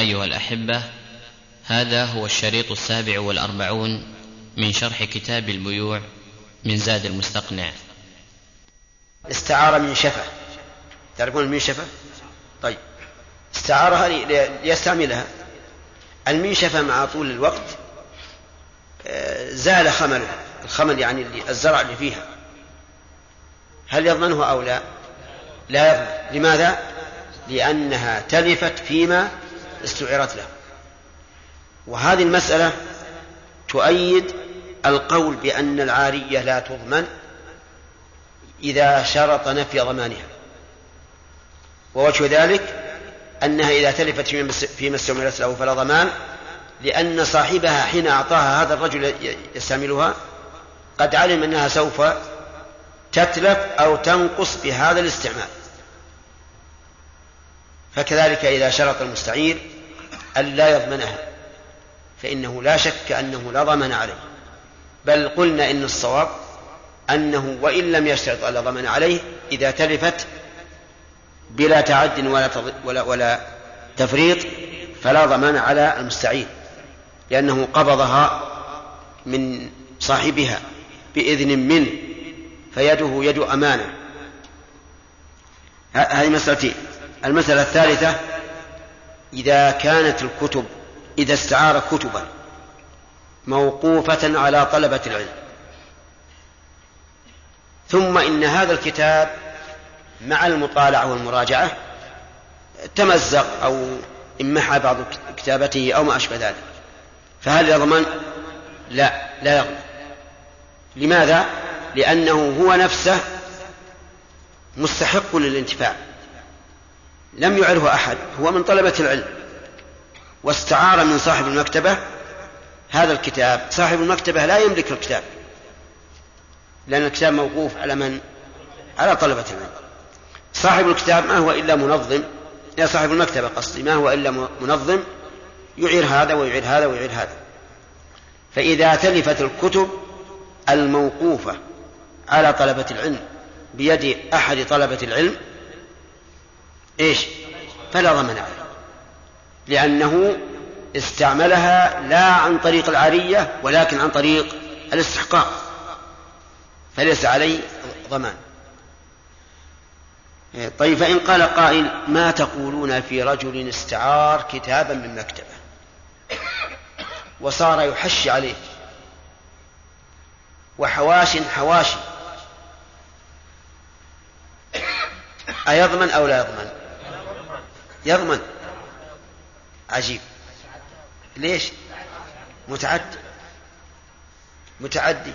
أيها الأحبة، هذا هو الشريط 47 من شرح كتاب البيوع من زاد المستقنع. استعار من شفة، تعرفون من شفة؟ طيب، استعارها ليستعملها. المنشفة مع طول الوقت زال خملها، الخمل يعني الزرع اللي فيها، هل يضمنه أو لا؟ لا يضمن. لماذا؟ لأنها تلفت فيما استعرت له. وهذه المسألة تؤيد القول بأن العارية لا تضمن إذا شرط نفي ضمانها. ووجه ذلك أنها إذا تلفت فيما استعملت له فلا ضمان، لأن صاحبها حين أعطاها هذا الرجل يستعملها قد علم أنها سوف تتلف أو تنقص بهذا الاستعمال. فكذلك إذا شرط المستعير أن لا يضمنها فإنه لا شك أنه لا ضمن عليه، بل قلنا إن الصواب أنه وإن لم يشترط ألا ضمن عليه إذا تلفت بلا تعد ولا تفريط فلا ضمان على المستعير، لأنه قبضها من صاحبها بإذن منه، فيده يد أمانة. هذه مسألتين. المسألة الثالثة: إذا كانت الكتب، إذا استعار كتبا موقوفة على طلبة العلم، ثم إن هذا الكتاب مع المطالعة والمراجعة تمزق أو امحى بعض كتابته أو ما أشبه ذلك، فهل يضمن؟ لا يضمن. لماذا؟ لأنه هو نفسه مستحق للانتفاع، لم يعره أحد، هو من طلبة العلم، واستعار من صاحب المكتبة هذا الكتاب. صاحب المكتبة لا يملك الكتاب، لأن الكتاب موقوف على من؟ على طلبة العلم. صاحب الكتاب ما هو إلا منظم، يا صاحب المكتبة قصدي، ما هو إلا منظم يعير هذا ويعير هذا ويعير هذا. فإذا تلفت الكتب الموقوفة على طلبة العلم بيد أحد طلبة العلم فلا ضمان عليه، لأنه استعملها لا عن طريق العارية ولكن عن طريق الاستحقاق، فليس عليه ضمان. طيب، فإن قال قائل: ما تقولون في رجل استعار كتابا من مكتبة وصار يحشي عليه وحواشي أيضمن أو لا يضمن؟ يضمن. عجيب، ليش؟ متعدي.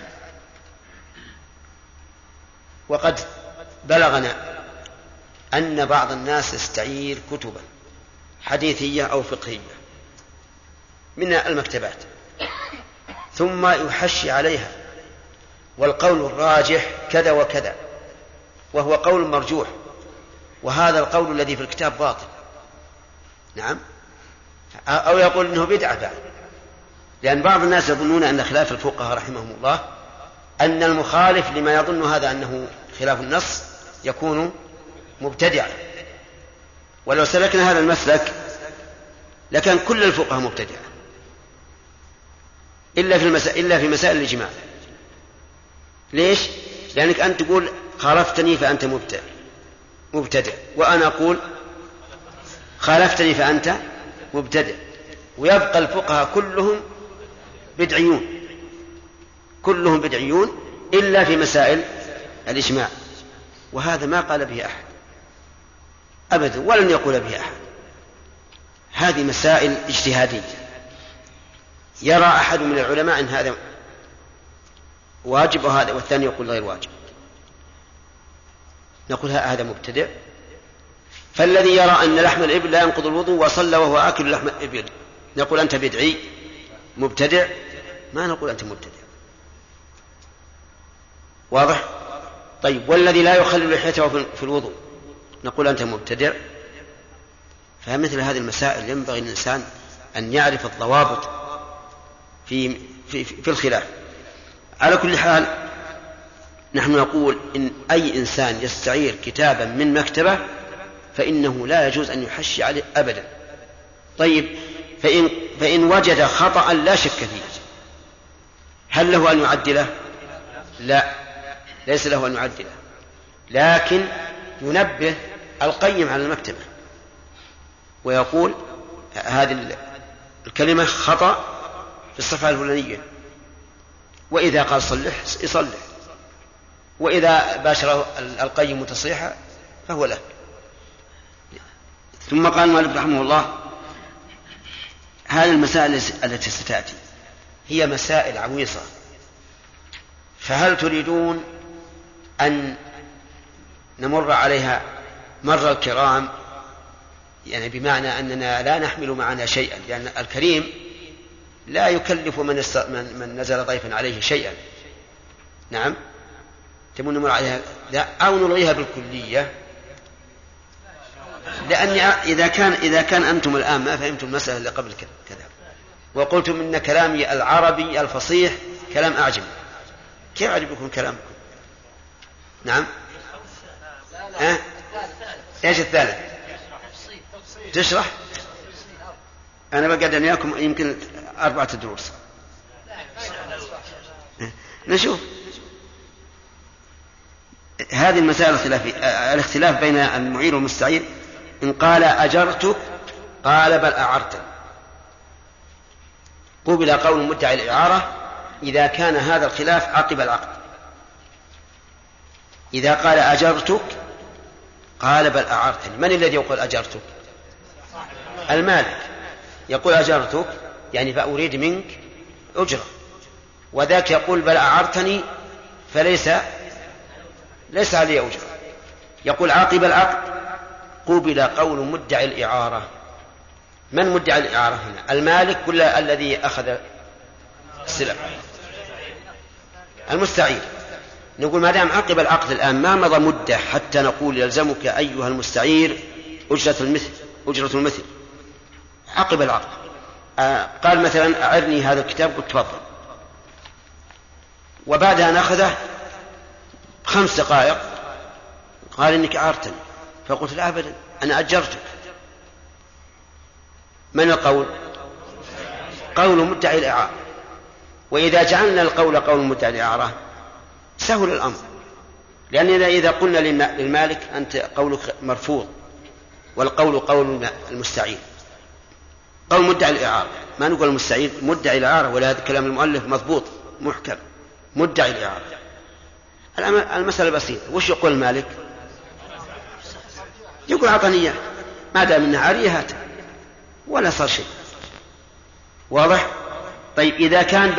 وقد بلغنا أن بعض الناس يستعير كتبا حديثية أو فقهية من المكتبات ثم يحشي عليها، والقول الراجح كذا وكذا، وهو قول مرجوح، وهذا القول الذي في الكتاب باطل. نعم، أو يقول إنه بدعة بعد، لأن بعض الناس يظنون أن خلاف الفقهاء رحمهم الله أن المخالف لما يظن هذا أنه خلاف النص يكون مبتدعا. ولو سلكنا هذا المسلك لكان كل الفقهاء مبتدعا إلا في مسائل الإجماع. ليش؟ لأنك أنت تقول خالفتني فأنت مبتدع، وأنا أقول خالفتني فأنت مبتدع، ويبقى الفقهاء كلهم بدعيون إلا في مسائل الإجماع، وهذا ما قال به أحد أبدا ولن يقول به أحد. هذه مسائل اجتهادية، يرى أحد من العلماء أن هذا واجب وهذا والثاني يقول غير واجب، نقول هذا مبتدع. فالذي يرى أن لحم الإبل لا ينقض الوضوء وصلى وهو آكل لحم الإبل نقول أنت بدعي مبتدع، ما نقول أنت مبتدع. واضح؟ طيب، والذي لا يخلل لحيته في الوضوء نقول أنت مبتدع. فمثل هذه المسائل ينبغي للإنسان أن يعرف الضوابط في الخلاف. على كل حال، نحن نقول إن أي إنسان يستعير كتابا من مكتبة فإنه لا يجوز أن يحشي عليه أبدا، طيب فإن وجد خطأ لا شك فيه هل له أن يعدله؟ لا، ليس له أن يعدله، لكن ينبه القيم على المكتبة ويقول هذه الكلمة خطأ في الصفحة الفلانية، وإذا قال صلح يصلح، وإذا باشر القيم تصحيحا فهو له. ثم قال المؤلف رحمه الله: هذه المسائل التي ستأتي هي مسائل عويصة، فهل تريدون أن نمر عليها مر الكرام، يعني بمعنى أننا لا نحمل معنا شيئا، لأن الكريم لا يكلف من نزل ضيفا عليه شيئا. نعم، تبون نمر عليها لا، أو نلغيها بالكلية، لأن إذا كان أنتم الآن ما فهمتم المسألة اللي قبل كذا وقلتم إن كلامي العربي الفصيح كلام أعجمي، كيف يعجبكم كلامكم؟ نعم، ايش الثالث؟ تشرح؟ انا بقعد وياكم يمكن 4 دروس. نشوف هذه المسائل الاختلاف بين المعير والمستعير. ان قال اجرتك قال بل اعرت، قبل قول مدعي الاعاره اذا كان هذا الخلاف عقب العقد. اذا قال اجرتك قال بل أعرتني، من الذي يقول أجرتك؟ المالك يقول أجرتك يعني فأريد منك أجرة، وذاك يقول بل أعرتني فليس علي أجرة. يقول عاقب العقد قبل قول مدعي الإعارة. من مدعي الإعارة هنا؟ المالك ولا الذي أخذ السلع؟ المستعير. نقول ما دام عقب العقد الآن ما مضى مدة حتى نقول يلزمك أيها المستعير أجرة المثل. عقب العقد قال مثلا أعرني هذا الكتاب، قلت تفضل، وبعد أن أخذه 5 دقائق قال إنك أعرتني، فقلت لا أبدا أنا أجرتك. من القول؟ قول مدعي الإعارة. وإذا جعلنا القول قول مدعي الإعارة سهل الأمر، لأننا إذا قلنا للمالك أنت قولك مرفوض والقول قول المستعير، قول مدعي الإعارة، ما نقول المستعير مدعي الإعارة، ولا هذا كلام المؤلف مضبوط محكم، مدعي الإعارة. المسألة بسيطة، وش يقول المالك؟ يقول عطنية، ما دام إنها عارية هات، ولا صار شيء. واضح؟ طيب إذا كان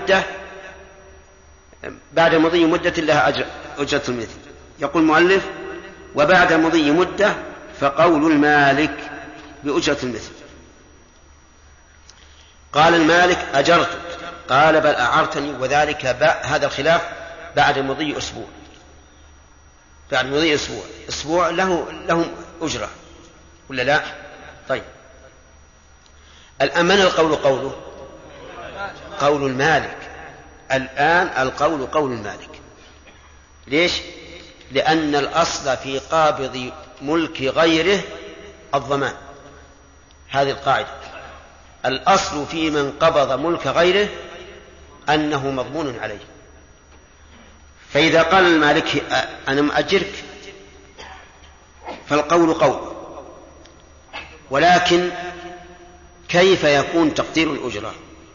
بعد مضي مدة لها أجرة المثل، يقول المؤلف وبعد مضي مدة فقول المالك بأجرة المثل. قال المالك أجرتك قال بل أعرتني، وذلك هذا الخلاف بعد مضي أسبوع. بعد مضي أسبوع لهم أجرة ولا لا؟ طيب الآن من القول قوله؟ قول المالك. الآن القول قول المالك. ليش؟ لأن الأصل في قابض ملك غيره الضمان. هذه القاعدة، الأصل في من قبض ملك غيره أنه مضمون عليه. فإذا قال المالك أنا مأجرك فالقول قول، ولكن كيف يكون تقدير الأجرة؟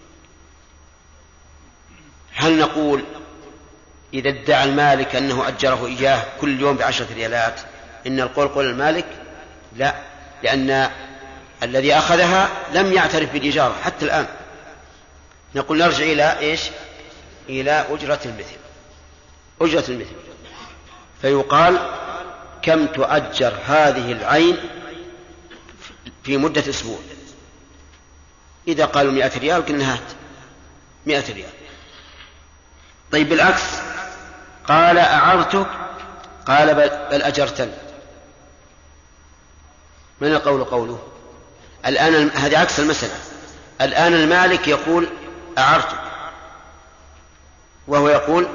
هل نقول إذا ادعى المالك أنه أجره إياه كل يوم ب10 ريالات إن القول قول المالك؟ لا، لأن الذي أخذها لم يعترف بالإجارة حتى الآن. نقول نرجع إلى إيش؟ إلى أجرة المثل. أجرة المثل فيقال كم تؤجر هذه العين في مدة أسبوع؟ إذا قالوا 100 ريال قلنا هات 100 ريال. طيب بالعكس، قال أعرتك قال بل أجرتني، من القول قوله؟ الآن هذه عكس المسألة. الآن المالك يقول أعرتك وهو يقول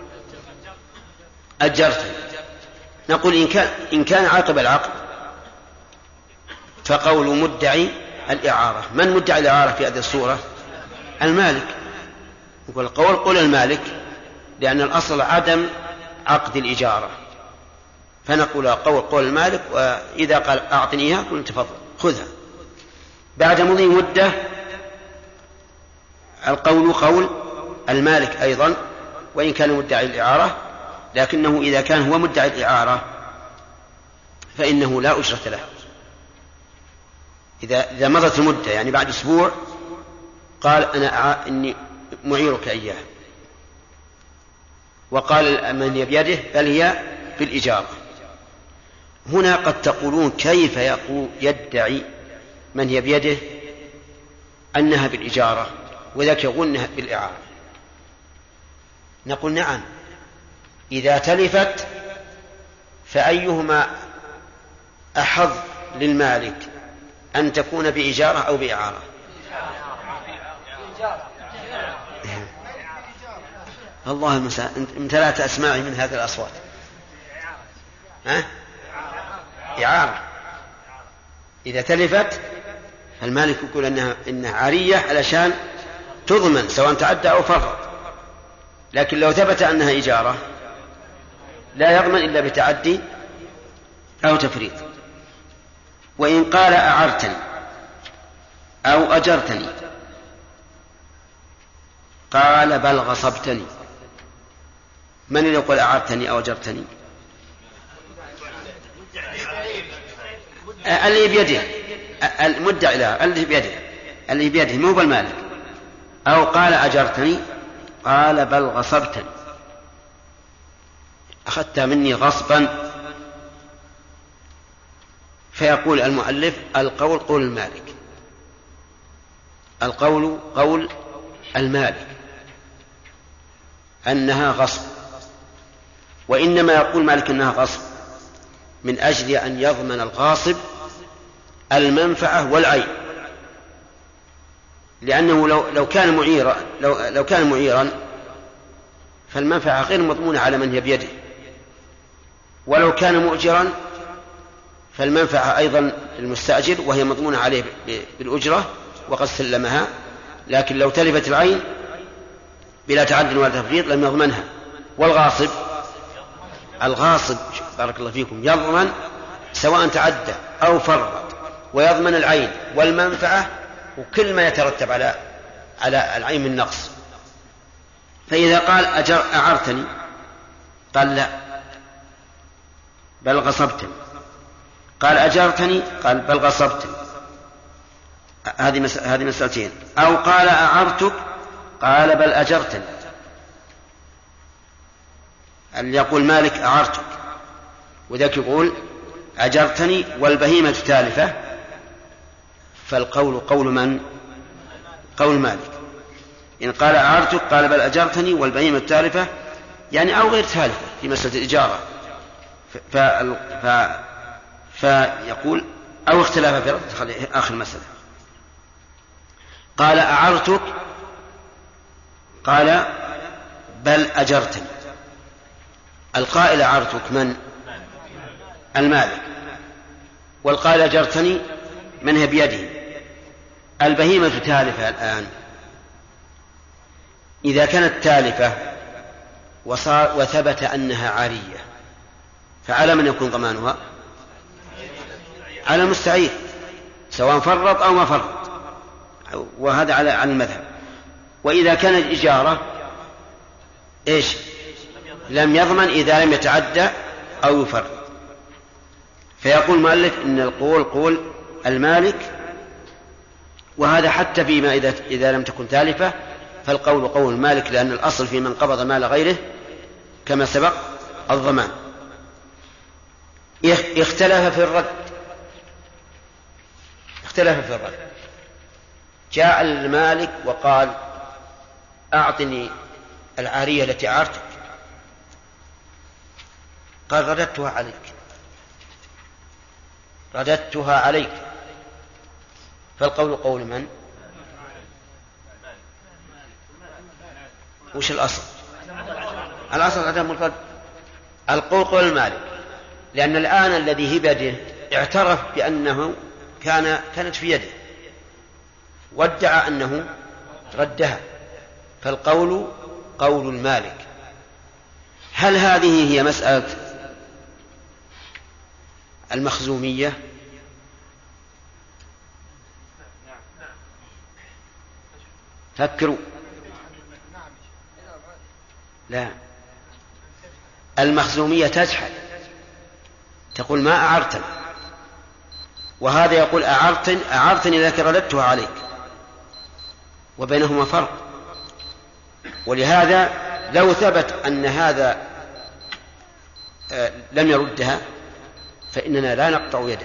أجرتني. نقول إن كان عاقب العقد فقول مدعي الإعارة. من مدعي الإعارة في هذه الصورة؟ المالك. يقول القول قول المالك، لأن الأصل عدم عقد الإجارة، فنقول قول المالك، وإذا قال أعطني إياها قل تفضل خذها. بعد مضي مدة القول قول المالك أيضا، وإن كان مدعي الإعارة، لكنه إذا كان هو مدعي الإعارة فإنه لا أجرة له. إذا مضت المدة، يعني بعد أسبوع قال إني معيرك إياه، وقال من هي بيده بل هي بالإجارة، هنا قد تقولون كيف يدعي من هي بيده أنها بالإجارة وذاك يقول أنها بالإعارة؟ نقول نعم، إذا تلفت فأيهما أحظ للمالك، أن تكون بإجارة أو بإعارة؟ الله المساء، امتلأت أسماعي من هذه الأصوات. إعارة. إذا تلفت المالك يقول إنها عارية علشان تضمن سواء تعدى أو فرط، لكن لو ثبت أنها إجارة لا يضمن إلا بتعدي أو تفريط. وإن قال أعرتني أو أجرتني قال بل غصبتني، من اللي يقول أعرتني أو أجرتني؟ اللي بيده، المدعي له اللي بيده مو بالمالك. أو قال أجرتني قال بل غصبتني، أخذت مني غصبا. فيقول المؤلف القول قول المالك، القول قول المالك أنها غصب، وإنما يقول مالك أنها غصب من أجل أن يضمن الغاصب المنفعة والعين، لأنه لو كان معيرا فالمنفعة غير مضمونة على من هي بيده، ولو كان مؤجرا فالمنفعة أيضا المستأجر وهي مضمونة عليه بالأجرة وقد سلمها، لكن لو تلفت العين بلا تعد ولا تفريط لم يضمنها. والغاصب بارك الله فيكم يضمن سواء تعدى أو فرط، ويضمن العين والمنفعة وكل ما يترتب على العين من نقص. فإذا قال أعرتني قال لا بل غصبتني، قال أجرتني قال بل غصبتني، هذه مسألتين. أو قال أعرتك قال بل أجرتني، اللي يقول مالك أعرتك وذاك يقول أجرتني والبهيمة تالفة، فالقول قول من؟ قول مالك. إن قال أعرتك قال بل أجرتني والبهيمة تالفة، يعني أو غير تالفة في مسألة الإجارة، فيقول أو اختلاف في رد آخر مسألة. قال أعرتك قال بل أجرتني، القائل أعرتك من؟ المالك، والقائل أجرتني من هي بيده؟ البهيمة تالفة. الآن إذا كانت تالفة وثبت أنها عارية فعلى من يكون ضمانها؟ على المستعير سواء فرط أو ما فرط، وهذا على المذهب. وإذا كانت إجارة إيش؟ لم يضمن إذا لم يتعدى أو يفرط. فيقول المؤلف إن القول قول المالك، وهذا حتى فيما إذا لم تكن تالفة فالقول قول المالك، لأن الأصل في من قبض مال غيره كما سبق الضمان. اختلف في الرد. جاء المالك وقال أعطني العارية التي أعرتك، قال رددتها عليك، فالقول قول من؟ وش الأصل؟ الأصل عدم الرد. القول قول المالك، لأن الآن الذي هي بيده اعترف بأنه كانت في يده وادعى أنه ردها، فالقول قول المالك. هل هذه هي مسألة المخزومية؟ فكروا. لا، المخزومية تجحد، تقول ما أعرتني، وهذا يقول أعرتني لكن رددتها عليك، وبينهما فرق. ولهذا لو ثبت أن هذا لم يردها فإننا لا نقطع يده،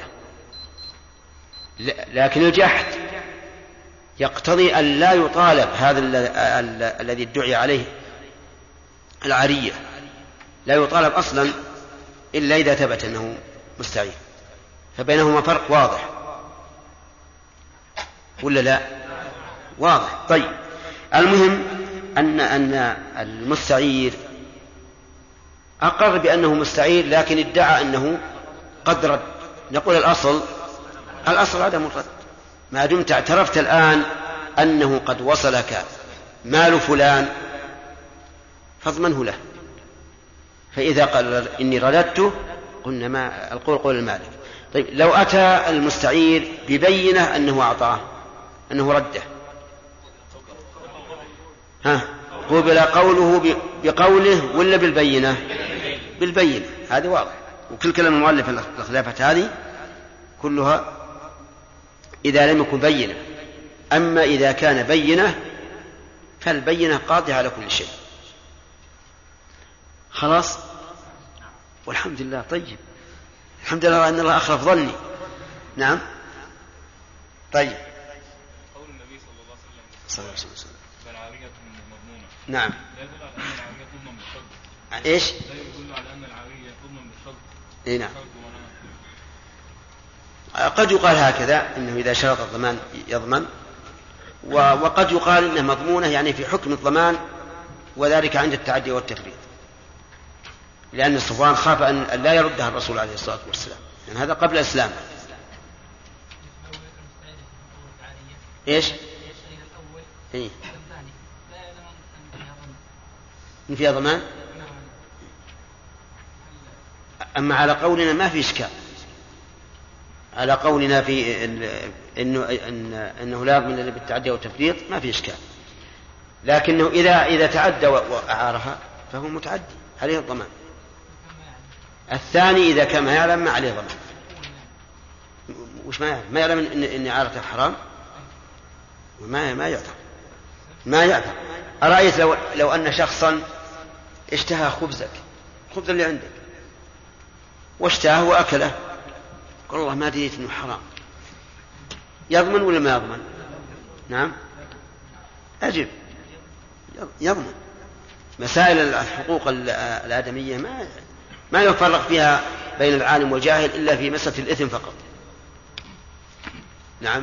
لكن الجحد يقتضي أن لا يطالب هذا الذي ادعي عليه العارية، لا يطالب أصلا إلا إذا ثبت أنه مستعير، فبينهما فرق واضح ولا لا؟ واضح. طيب، المهم أن المستعير أقر بأنه مستعير لكن ادعى أنه قد رد. نقول الأصل عدم الرد، ما دمت اعترفت الآن أنه قد وصلك مال فلان فاضمنه له. فإذا قال إني رددته قلنا ما القول قول المالك. طيب، لو أتى المستعير ببينة أنه أعطاه أنه رده، قبل قوله بقوله ولا بالبينة؟ بالبينة، هذه واضح. وكل كلام المؤلف الخلافات هذه كلها إذا لم يكن بينة. أما إذا كان بينة فالبينة قاضية على كل شيء. خلاص، والحمد لله. طيب، الحمد لله أن الله أخلف ظني. نعم. طيب، قول النبي صلى الله عليه وسلم العارية مضمونة، نعم، لا يدل على أن العارية تضمن بالشرط. إيش؟ لا يدل على أن العارية تضمن بالشرط. إيه نعم. قد يقال هكذا إنه إذا شرط الضمان يضمن، وقد يقال إنه مضمونة يعني في حكم الضمان، وذلك عند التعدي والتفريط، لأن صفوان خاف أن لا يردها الرسول عليه الصلاة والسلام، يعني هذا قبل الإسلام. إيش؟ إيه؟ إن فيها ضمان. أما على قولنا ما في إشكال، على قولنا في إنه لا يضمن إلا بالتعدي والتفريط ما في إشكال، لكنه إذا تعدى وأعارها فهو متعدي عليه الضمان. الثاني إذا كان ما يعلم ما عليه ضمان. وش ما يعلم؟ ما يعلم إن إعارته حرام، ما يعلم. أرأيت لو أن شخصا اشتهى خبز اللي عندك واشتهاه وأكله، قال الله ما دريت إنه حرام، يضمن ولا ما يضمن؟ نعم، أجب، يضمن. مسائل الحقوق الآدمية ما يفرق فيها بين العالم والجاهل إلا في مسألة الإثم فقط. نعم.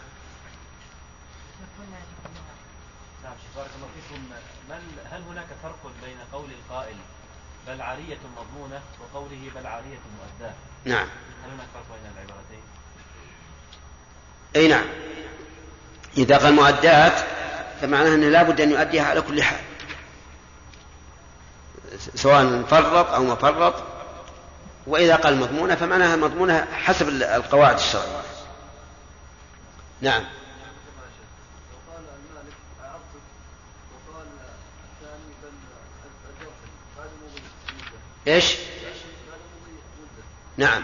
بارك الله فيكم. هل هناك فرق بين قول القائل بل عارية مضمونة وقوله بل عارية مؤداة؟ نعم. هل هناك فرق بين العبارتين؟ أي نعم. إذا قال مؤدات فمعناه أنه لا بد أن يؤديها على كل حال، سواء فرط أو ما فرط. وإذا قال مضمونة فمعناها مضمونة حسب القواعد الشرعية. نعم. إيش؟ نعم،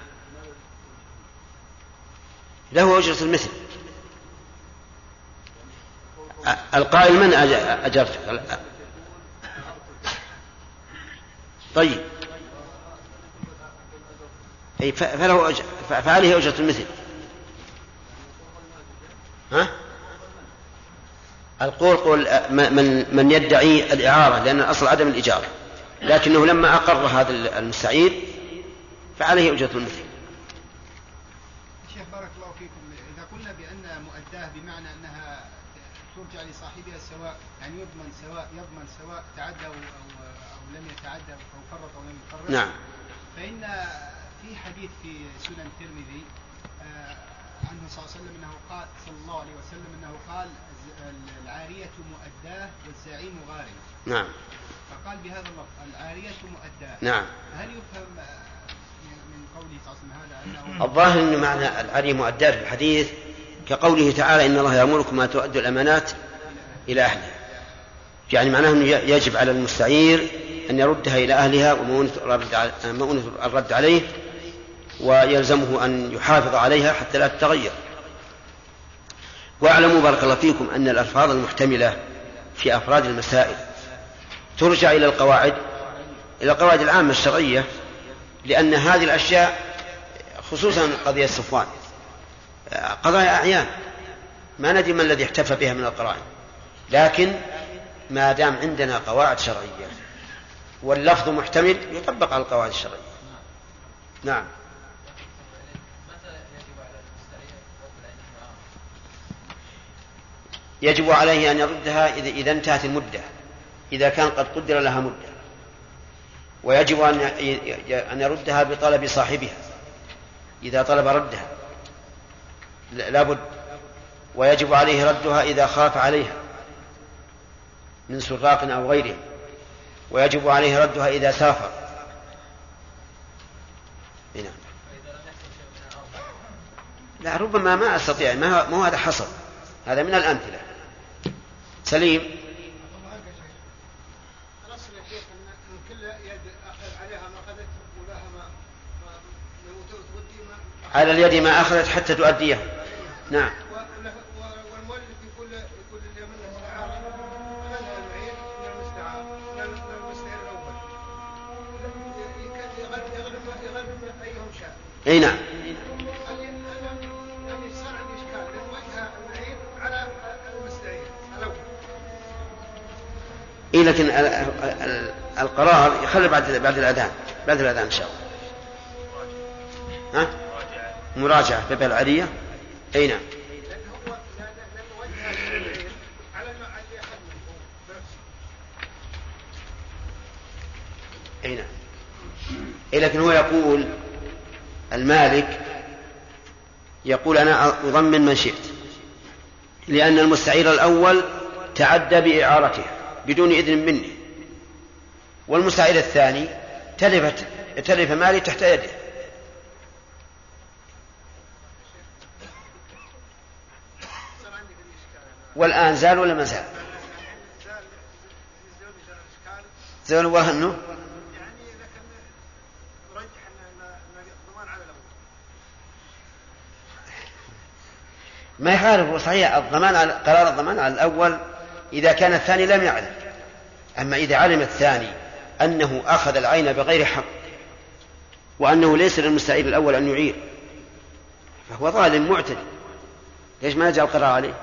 له أجرة المثل. القائل من أجرت؟ طيب، فعليه أجرة المثل. القول من يدعي الإعارة، لأن الأصل عدم الإجارة، لكنه لما أقر هذا المستعير فعليه أجرة المثل. شيخ بارك الله فيكم، إذا قلنا بأن مؤداه بمعنى أنها ترجع لصاحبها سواء، يعني يضمن سواء تعدى أو لم يتعدى أو فرط أو لم يفرط. نعم. فإن في حديث في سنن الترمذي عنه صلى الله عليه وسلم أنه قال صلى الله عليه وسلم أنه قال العارية مؤداه والزعيم غارم. نعم. فقال بهذا اللفظ العارية مؤداه. نعم. هل يفهم من قوله صلى الله عليه وسلم هذا أنه الظاهر أن معنى العارية مؤداه في الحديث كقوله تعالى إن الله يأمركم أن تؤدوا الأمانات إلى أهلها، يعني معناه أنه يجب على المستعير أن يردها إلى أهلها ومؤونة الرد عليه، ويلزمه أن يحافظ عليها حتى لا تتغير. واعلموا بارك الله فيكم أن الألفاظ المحتملة في أفراد المسائل ترجع إلى القواعد العامة الشرعية، لأن هذه الأشياء خصوصا قضية صفوان قضايا أعيان ما ندري ما الذي احتفى بها من القرائن، لكن ما دام عندنا قواعد شرعية واللفظ محتمل يطبق على القواعد الشرعية. نعم. يجب عليه أن يردها إذا انتهت المدة، إذا كان قد قدر لها مدة، ويجب أن يردها بطلب صاحبها إذا طلب ردها لا بد، ويجب عليه ردها إذا خاف عليها من سراق أو غيره، ويجب عليه ردها إذا سافر. هنا. لا ربما ما أستطيع، ما هو هذا حصل، هذا من الأمثلة. سليم. الأصل يا شيخ أن كل يد أخذ عليها ما أخذت ولها ما تودي ما على اليد ما أخذت حتى تؤديها. نعم. والمؤلف يقول اليمن الاستعارة أخذها العين من المستعار المستعير الأول يغلب أيهم شاء. أي نعم. إيه لكن القرار يخلي بعد الأذان إن شاء الله. ها؟ مراجعة باب العارية. أي نعم. أي نعم. إيه لكن هو يقول المالك يقول أنا أضمن من شئت، لأن المستعير الأول تعدى بإعارته بدون إذن مني، والمستعير الثاني تلف مالي تحت يده. والآن زال ولا ما زال؟ زال وهنه ما يخالف. صحيح الضمان على قرار الضمان على الأول إذا كان الثاني لم يعلم، أما إذا علم الثاني أنه أخذ العين بغير حق وأنه ليس للمستعير الأول أن يعير فهو ظالم معتدي. ليش ما يجعل القرار عليه؟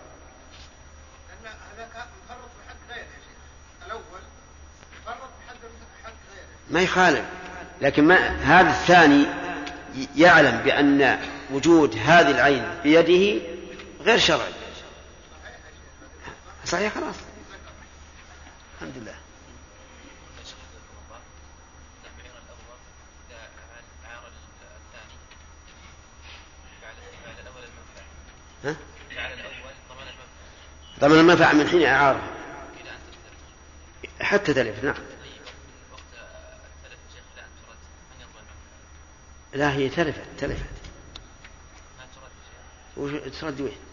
ما يخالف، لكن ما هذا الثاني يعلم بأن وجود هذه العين بيده غير شرعي. صحيح خلاص الحمد لله. ها؟ ضمن المنفعة من حين إعارة حتى تلف. نعم. لا هي تلفت ترد وين؟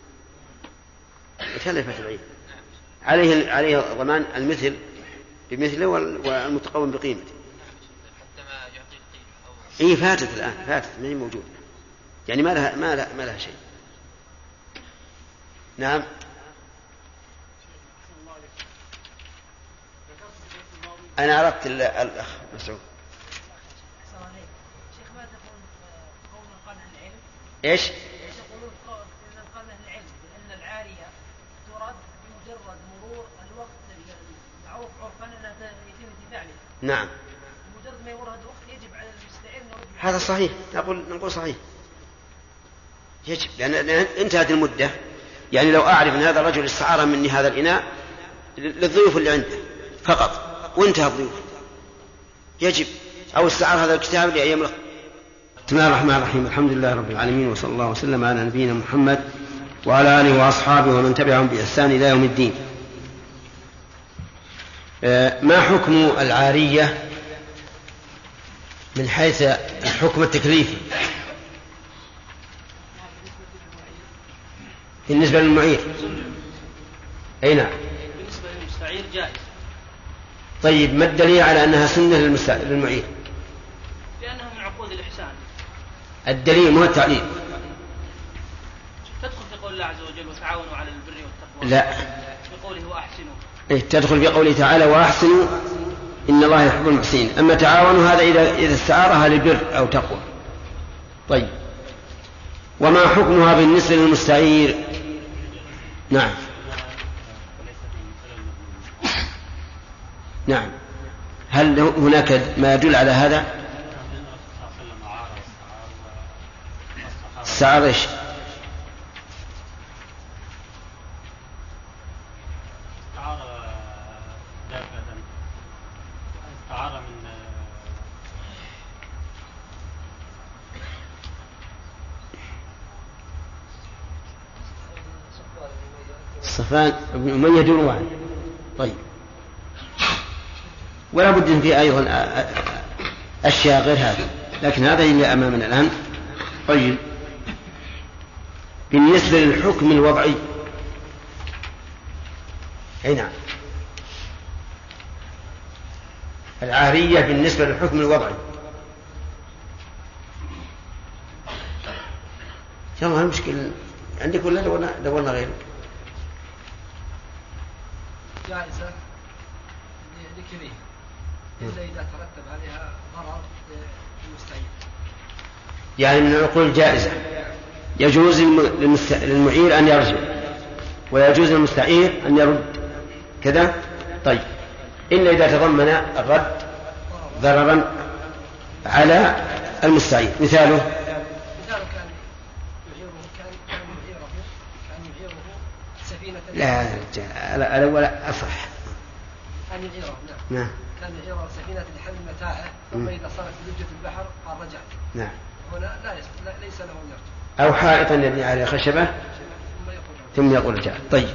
تلفت العين، عليه ضمان المثل بمثله والمتقوم بقيمته. إيه فاتت الآن، فاتت ما هي موجودة، يعني ما لها شيء. نعم. أنا عرفت الأخ مسعود. إيش؟ يقولون إذا قال أهل العلم بأن العارية ترد بمجرد مرور الوقت المعروف عرفا أنها يتم انتفاع عليه. نعم. مجرد ما يمر هذا الوقت يجب على المستعير أن يرد. هذا صحيح، نقول صحيح يجب، لأن انتهت المدة. يعني لو أعرف أن هذا الرجل استعار مني هذا الإناء للضيوف اللي عنده فقط وانتهى الضيوف يجب، أو استعار هذا الكتاب لأيام بسم الله الرحمن الرحيم. الحمد لله رب العالمين، وصلى الله وسلم على نبينا محمد وعلى آله وأصحابه ومن تبعهم بإحسان إلى يوم الدين. ما حكم العارية من حيث الحكم التكليفي بالنسبة للمعير؟ أي نعم. بالنسبة للمستعير جائز. طيب، ما الدليل على أنها سنة للمعير؟ لأنها من عقود الإحسان. الدليل مو التعليل. تدخل في قول الله عز وجل وتعاونوا على البر والتقوى. لا، بقوله وأحسنوا. تدخل في قوله تعالى وأحسنوا إن الله يحب المحسنين. أما تعاونوا هذا إذا استعارها لبر أو تقوى. طيب، وما حكمها بالنسبة للمستعير؟ نعم نعم. هل هناك ما يدل على هذا؟ استعار ايش؟ استعار من صفان بن أمية دروان. طيب، ولا بد أن في أيضا أشياء غير هذا، لكن هذا اللي أمامنا الآن. طيب، بالنسبة للحكم الوضعي، أي نعم، العارية بالنسبة للحكم الوضعي. يلا، المشكلة عندك ولا دورنا غيره؟ جائزة لكريه إلا إذا ترتب عليها ضرر للمستعير. يعني من العقول الجائزة يجوز للمعير أن يرجع، ويجوز للمستعير أن يرد كذا. طيب، إلا إذا تضمن الرد ضررا على المستعير. مثاله كان يعيره سفينة. لا، الأول أصح. كان يعيره، نعم. كان يعيره سفينة لحمل متاعه، ثم إذا صارت لجة البحر قال رجعت. نعم. هنا ليس له أن يرجع. أو حائطا يبني عليه خشبة ثم يقول رجعت. طيب،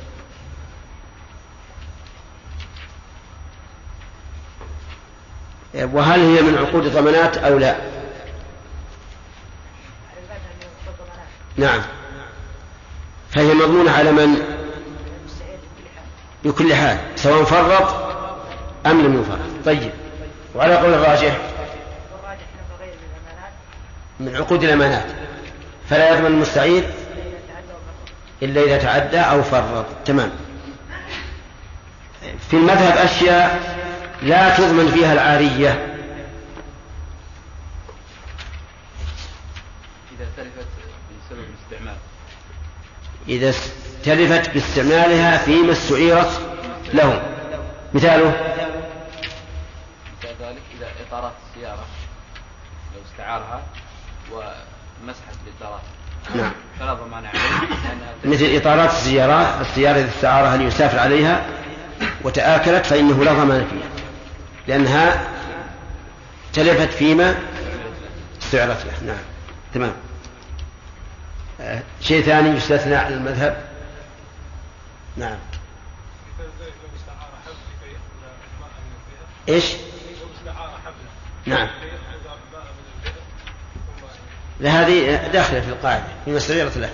وهل هي من عقود الضمانات أو لا؟ نعم، فهي مضمونة على من؟ بكل حال، سواء فرط أم لم يفرط. طيب، وعلى قول الراجح من عقود الأمانات، فلا يضمن المستعير إلا إذا تعدى أو فرط. تمام. في المذهب أشياء لا تضمن فيها العارية. إذا تلفت باستعمالها فيما استعيرت له. مثاله كذلك إذا إطارات السيارة لو استعارها ومسحت الإطارات، نعم، فلا ضمان عليه. مثل إطارات السيارة إذا استعارها ليسافر عليها وتآكلت فإنه لا ضمان فيها، لأنها تلفت فيما استعرت له. نعم، تمام. شيء ثاني يستثنى عن المذهب. نعم. ايش؟ نعم، لهذه داخلة في القاعدة في مسيرة له.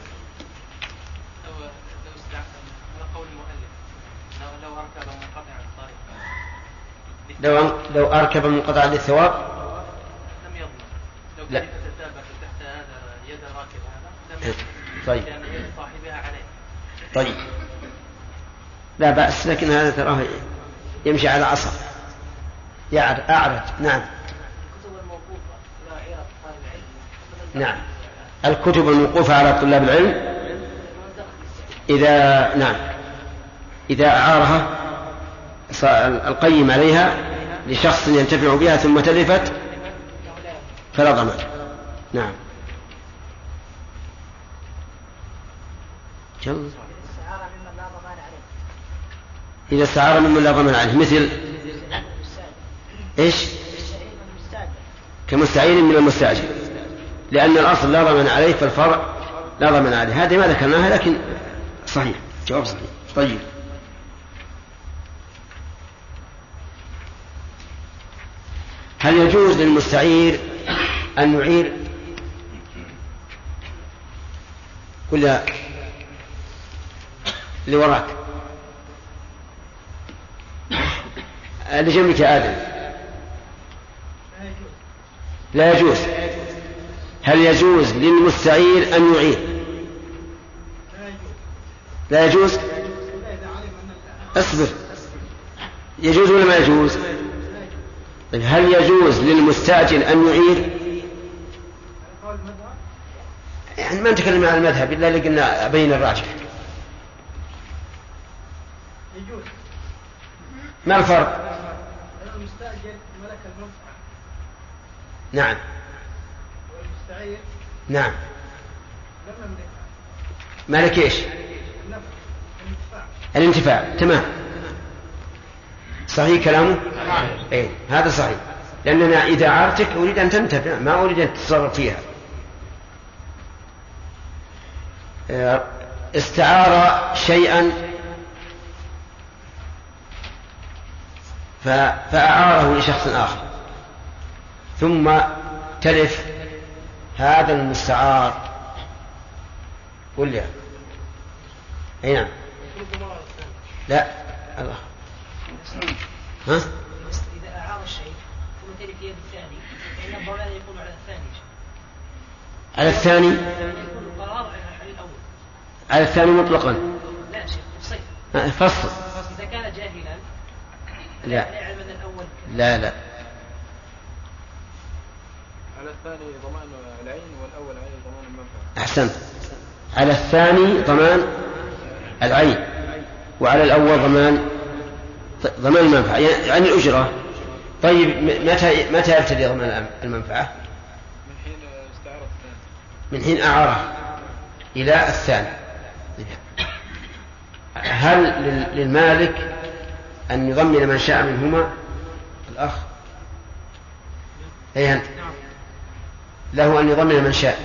لو أركب منقطعا للثواب لم يضمن. لو لا. كيف تتابع تحت هذا يد الراكب هذا لم يضمن. طيب. لأن يد صاحبها عليه. طيب، لا بأس، لكن هذا تراه يمشي على عصا أعرج. نعم. الكتب الموقوفة إلى عيرة طالب العلم. نعم، الكتب الموقوفة على طلاب العلم إذا أعارها القيم عليها لشخص ينتفع بها ثم تلفت فلا ضمان. نعم. إذا استعار ممن لا ضمان عليه، مثل إيش؟ كمستعير من المستأجر، لأن الأصل لا ضمان عليه فالفرع لا ضمان عليه. هذه ما ذكرناها لكن صحيح، جواب صحيح. طيب، هل يجوز للمستعير أن يعير ولا اللي وراك اللي جنبك يا آدم؟ لا يجوز. هل يجوز للمستعير أن يعير؟ لا يجوز. اصبر، يجوز ولا ما يجوز؟ هل يجوز للمستأجر أن يعير؟ يعني ما نتكلم عن المذهب إلا لقلنا بين الراجح. يجوز. ما الفرق؟ المستأجر ملك المنفعة. نعم. والمستعير نعم. لم يملكها. مالك ايش؟ الانتفاع. تمام، صحيح كلامه؟ ايه هذا صحيح، لأننا إذا عارتك أريد أن تنتفع، ما أريد أن تتصرف فيها. استعار شيئا فأعاره لشخص آخر، ثم تلف هذا المستعار، قل لي. أي نعم. لا الله. ها؟ إذا أعار الشيء ثم تلف يد الثاني فإن الضمان يكون على الثاني. على الثاني؟ يكون القرار على الأول. على الثاني مطلقا؟ لا شيء فصل. إذا كان جاهلا لا يعلم أن الأول. لا على الثاني ضمان العين والأول عليه ضمان المنفعة. أحسنت. على الثاني ضمان العين وعلى الأول ضمان المنفعة، يعني الأجرة. طيب متى يبتدي ضمان المنفعة؟ من حين استعار الثاني، من حين أعاره إلى الثاني. هل للمالك أن يضمن من شاء منهما؟ الأخ أي أنت له أن يضمن من شاء.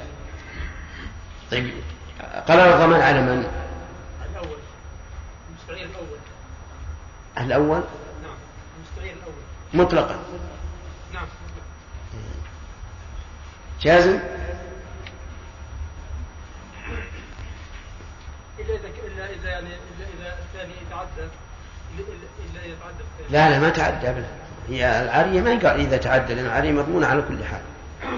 طيب، قرار الضمان على من؟ الأول. المستعير الأول. الأول؟ نعم، المستعير الأول مطلقا. نعم. جازم؟ إلا إذا الثاني يتعدى. إلا يتعدى الثاني. لا ما تعدى أبدا. هي العارية ما يقال إذا تعدى، لأن العارية مضمونة على كل حال.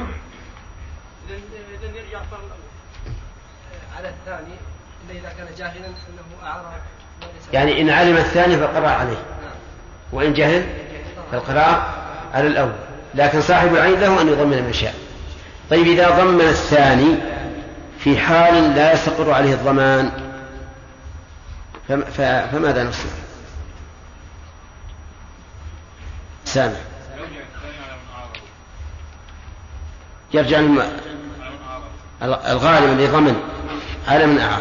إذن يرجع الفرق الأول على الثاني إلا إذا كان جاهلا أنه أعرى. يعني إن علم الثاني فالقرار عليه، وإن جهل فالقرار على الأول، لكن صاحب العين له أن يضمن من شاء. طيب، إذا ضمن الثاني في حال لا يستقر عليه الضمان فماذا نصنع؟ سامع. يرجع الغالب اللي ضمن على من أعار.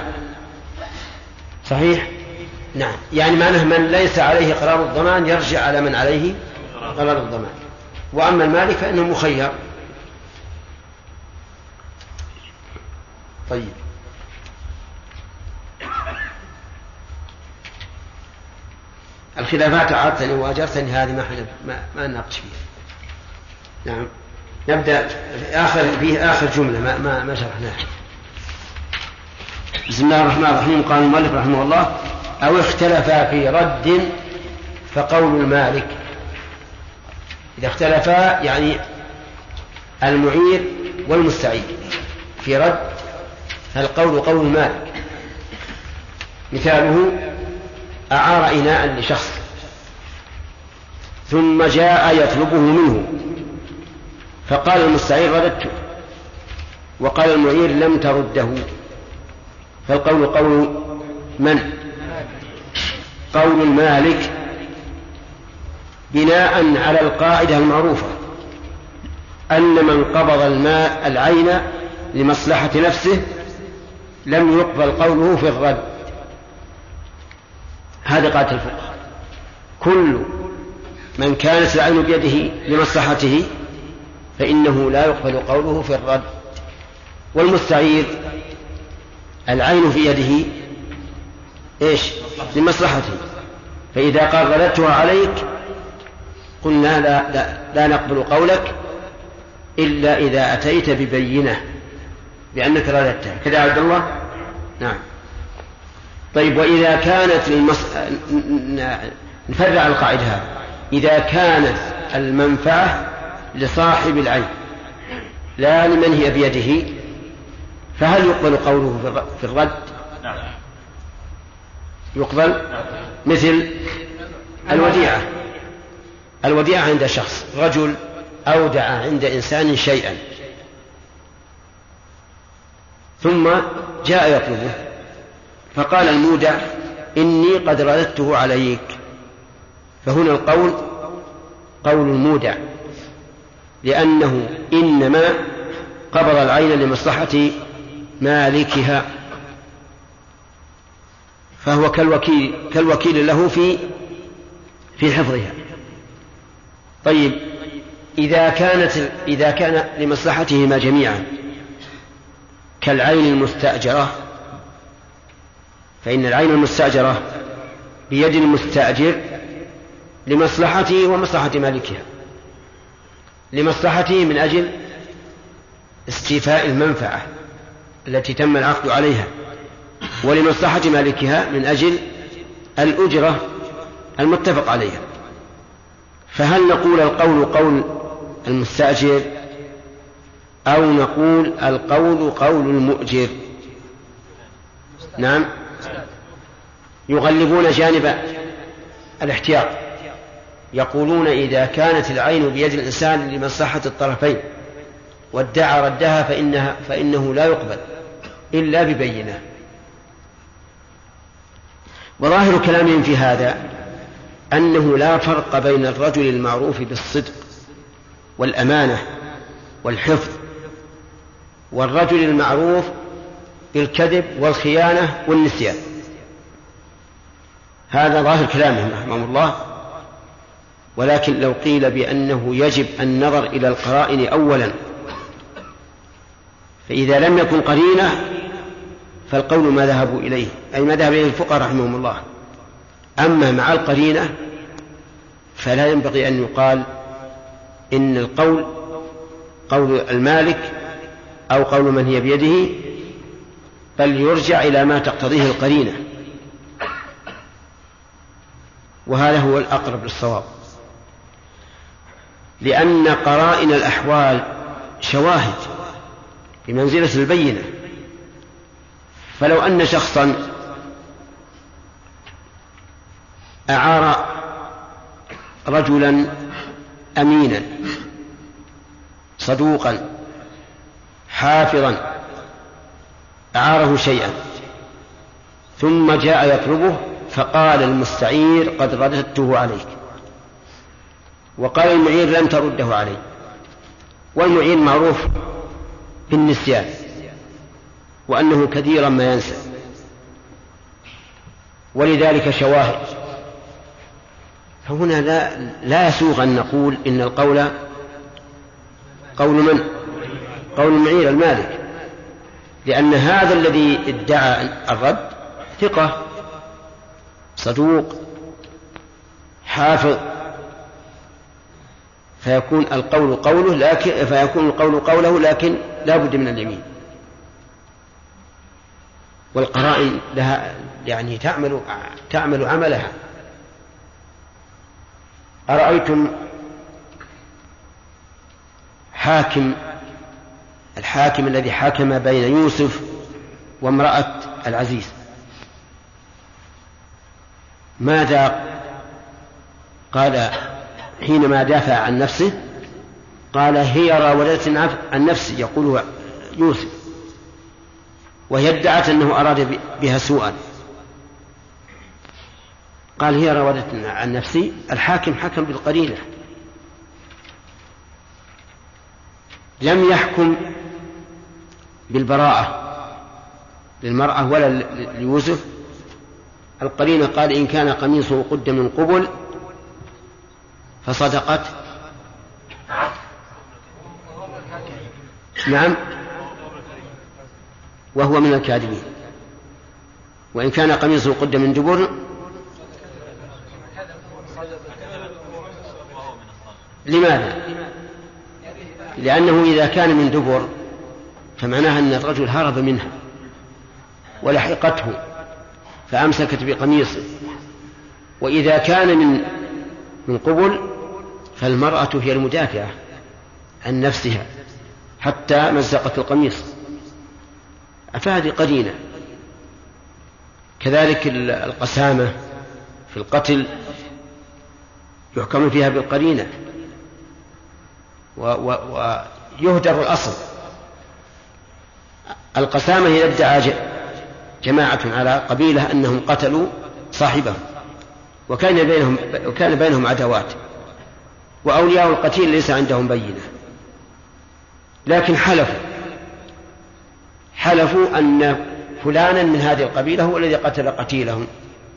صحيح؟ نعم، يعني معناه من ليس عليه قرار الضمان يرجع على من عليه قرار الضمان، وأما المالك فإنه مخير. طيب، الخلافات عادتني وأجرتني هذه ما نناقش فيها. نعم، نبدأ في آخر جملة ما شرحناها. بسم الله الرحمن الرحيم. قال المؤلف رحمه الله: أو اختلفا في رد فقول المالك. إذا اختلفا يعني المعير والمستعير في رد فالقول قول المالك. مثاله: أعار إناء لشخص ثم جاء يطلبه منه فقال المستعير: رددته، وقال المعير: لم ترده. فالقول قول من؟ قول المالك، بناء على القاعدة المعروفة أن من قبض الماء العين لمصلحة نفسه لم يقبل قوله في الرد. هذه قاعدة الفقه. كل من كانت العين بيده لمصلحته فإنه لا يقبل قوله في الرد. والمستعير العين في يده إيش؟ لمصلحته، فإذا قال رددتها عليك قلنا لا نقبل قولك إلا إذا أتيت ببينة بأنك رددتها. كذا عبد الله؟ نعم. طيب، وإذا كانت نفرع القاعدة هذه، إذا كانت المنفعة لصاحب العين لا لمن هي بيده، فهل يقبل قوله في الرد؟ يقبل. مثل الوديعة عند شخص، رجل أودع عند إنسان شيئا ثم جاء يطلبه، فقال المودع إني قد رددته عليك، فهنا القول قول المودع، لأنه إنما قبض العين لمصلحة مالكها، فهو كالوكيل له في حفظها. طيب، إذا كان لمصلحتهما جميعا كالعين المستأجرة، فإن العين المستأجرة بيد المستأجر لمصلحته ومصلحة مالكها، لمصلحته من أجل استيفاء المنفعة التي تم العقد عليها، ولمصلحة مالكها من أجل الأجرة المتفق عليها. فهل نقول القول قول المستأجر أو نقول القول قول المؤجر؟ نعم، يغلبون جانب الاحتياط، يقولون إذا كانت العين بيد الإنسان لمصلحة الطرفين وادعى ردها فإنه لا يقبل إلا ببينة. وظاهر كلامهم في هذا أنه لا فرق بين الرجل المعروف بالصدق والأمانة والحفظ والرجل المعروف بالكذب والخيانة والنسيان. هذا ظاهر كلامهم رحمه الله. ولكن لو قيل بأنه يجب النظر إلى القرائن أولا، فإذا لم يكن قرينة فالقول ما ذهبوا إليه، أي ما ذهب إليه الفقهاء رحمهم الله. أما مع القرينة فلا ينبغي أن يقال إن القول قول المالك أو قول من هي بيده، بل يرجع إلى ما تقتضيه القرينة، وهذا هو الأقرب للصواب، لأن قرائن الأحوال شواهد بمنزلة البينة. فلو أن شخصا أعار رجلا أمينا صدوقا حافظا، أعاره شيئا ثم جاء يطلبه فقال المستعير قد رددته عليك، وقال المعير لن ترده علي، والمعير معروف بالنسيان وأنه كثيرا ما ينسى، ولذلك شواهد. فهنا لا يسوغ أن نقول إن القول قول من؟ قول المعير المالك، لأن هذا الذي ادعى الرد ثقة صدوق حافظ، فيكون القول قوله لكن لا بد من اليمين. والقرائن لها يعني تعمل عملها. أرأيتم الحاكم الذي حكم بين يوسف وامرأة العزيز، ماذا قال حينما دافع عن نفسه؟ قال هي راودتني عن نفسي، يقول يوسف، وهي ادعت أنه أراد بها سوءا. قال هي راودتني عن نفسي. الحاكم حكم بالقرينة، لم يحكم بالبراءة للمرأة ولا ليوسف. القرينة قال إن كان قميصه قد من قبل فصدقت نعم، وهو من الكاذبين. وإن كان قميصه قد من دبر لماذا؟ لأنه إذا كان من دبر فمعناها أن الرجل هرب منها ولحقته فأمسكت بقميصه، وإذا كان من قبل فالمرأة هي المدافعة عن نفسها حتى مزقت القميص، فهذه قرينة. كذلك القسامة في القتل يحكم فيها بالقرينة ويهدر الأصل. القسامة إذا ادعى جماعة على قبيلة أنهم قتلوا صاحبهم وكان بينهم عداوات وأولياء القتيل ليس عندهم بينة، لكن حلفوا أن فلانا من هذه القبيلة هو الذي قتل قتيلهم.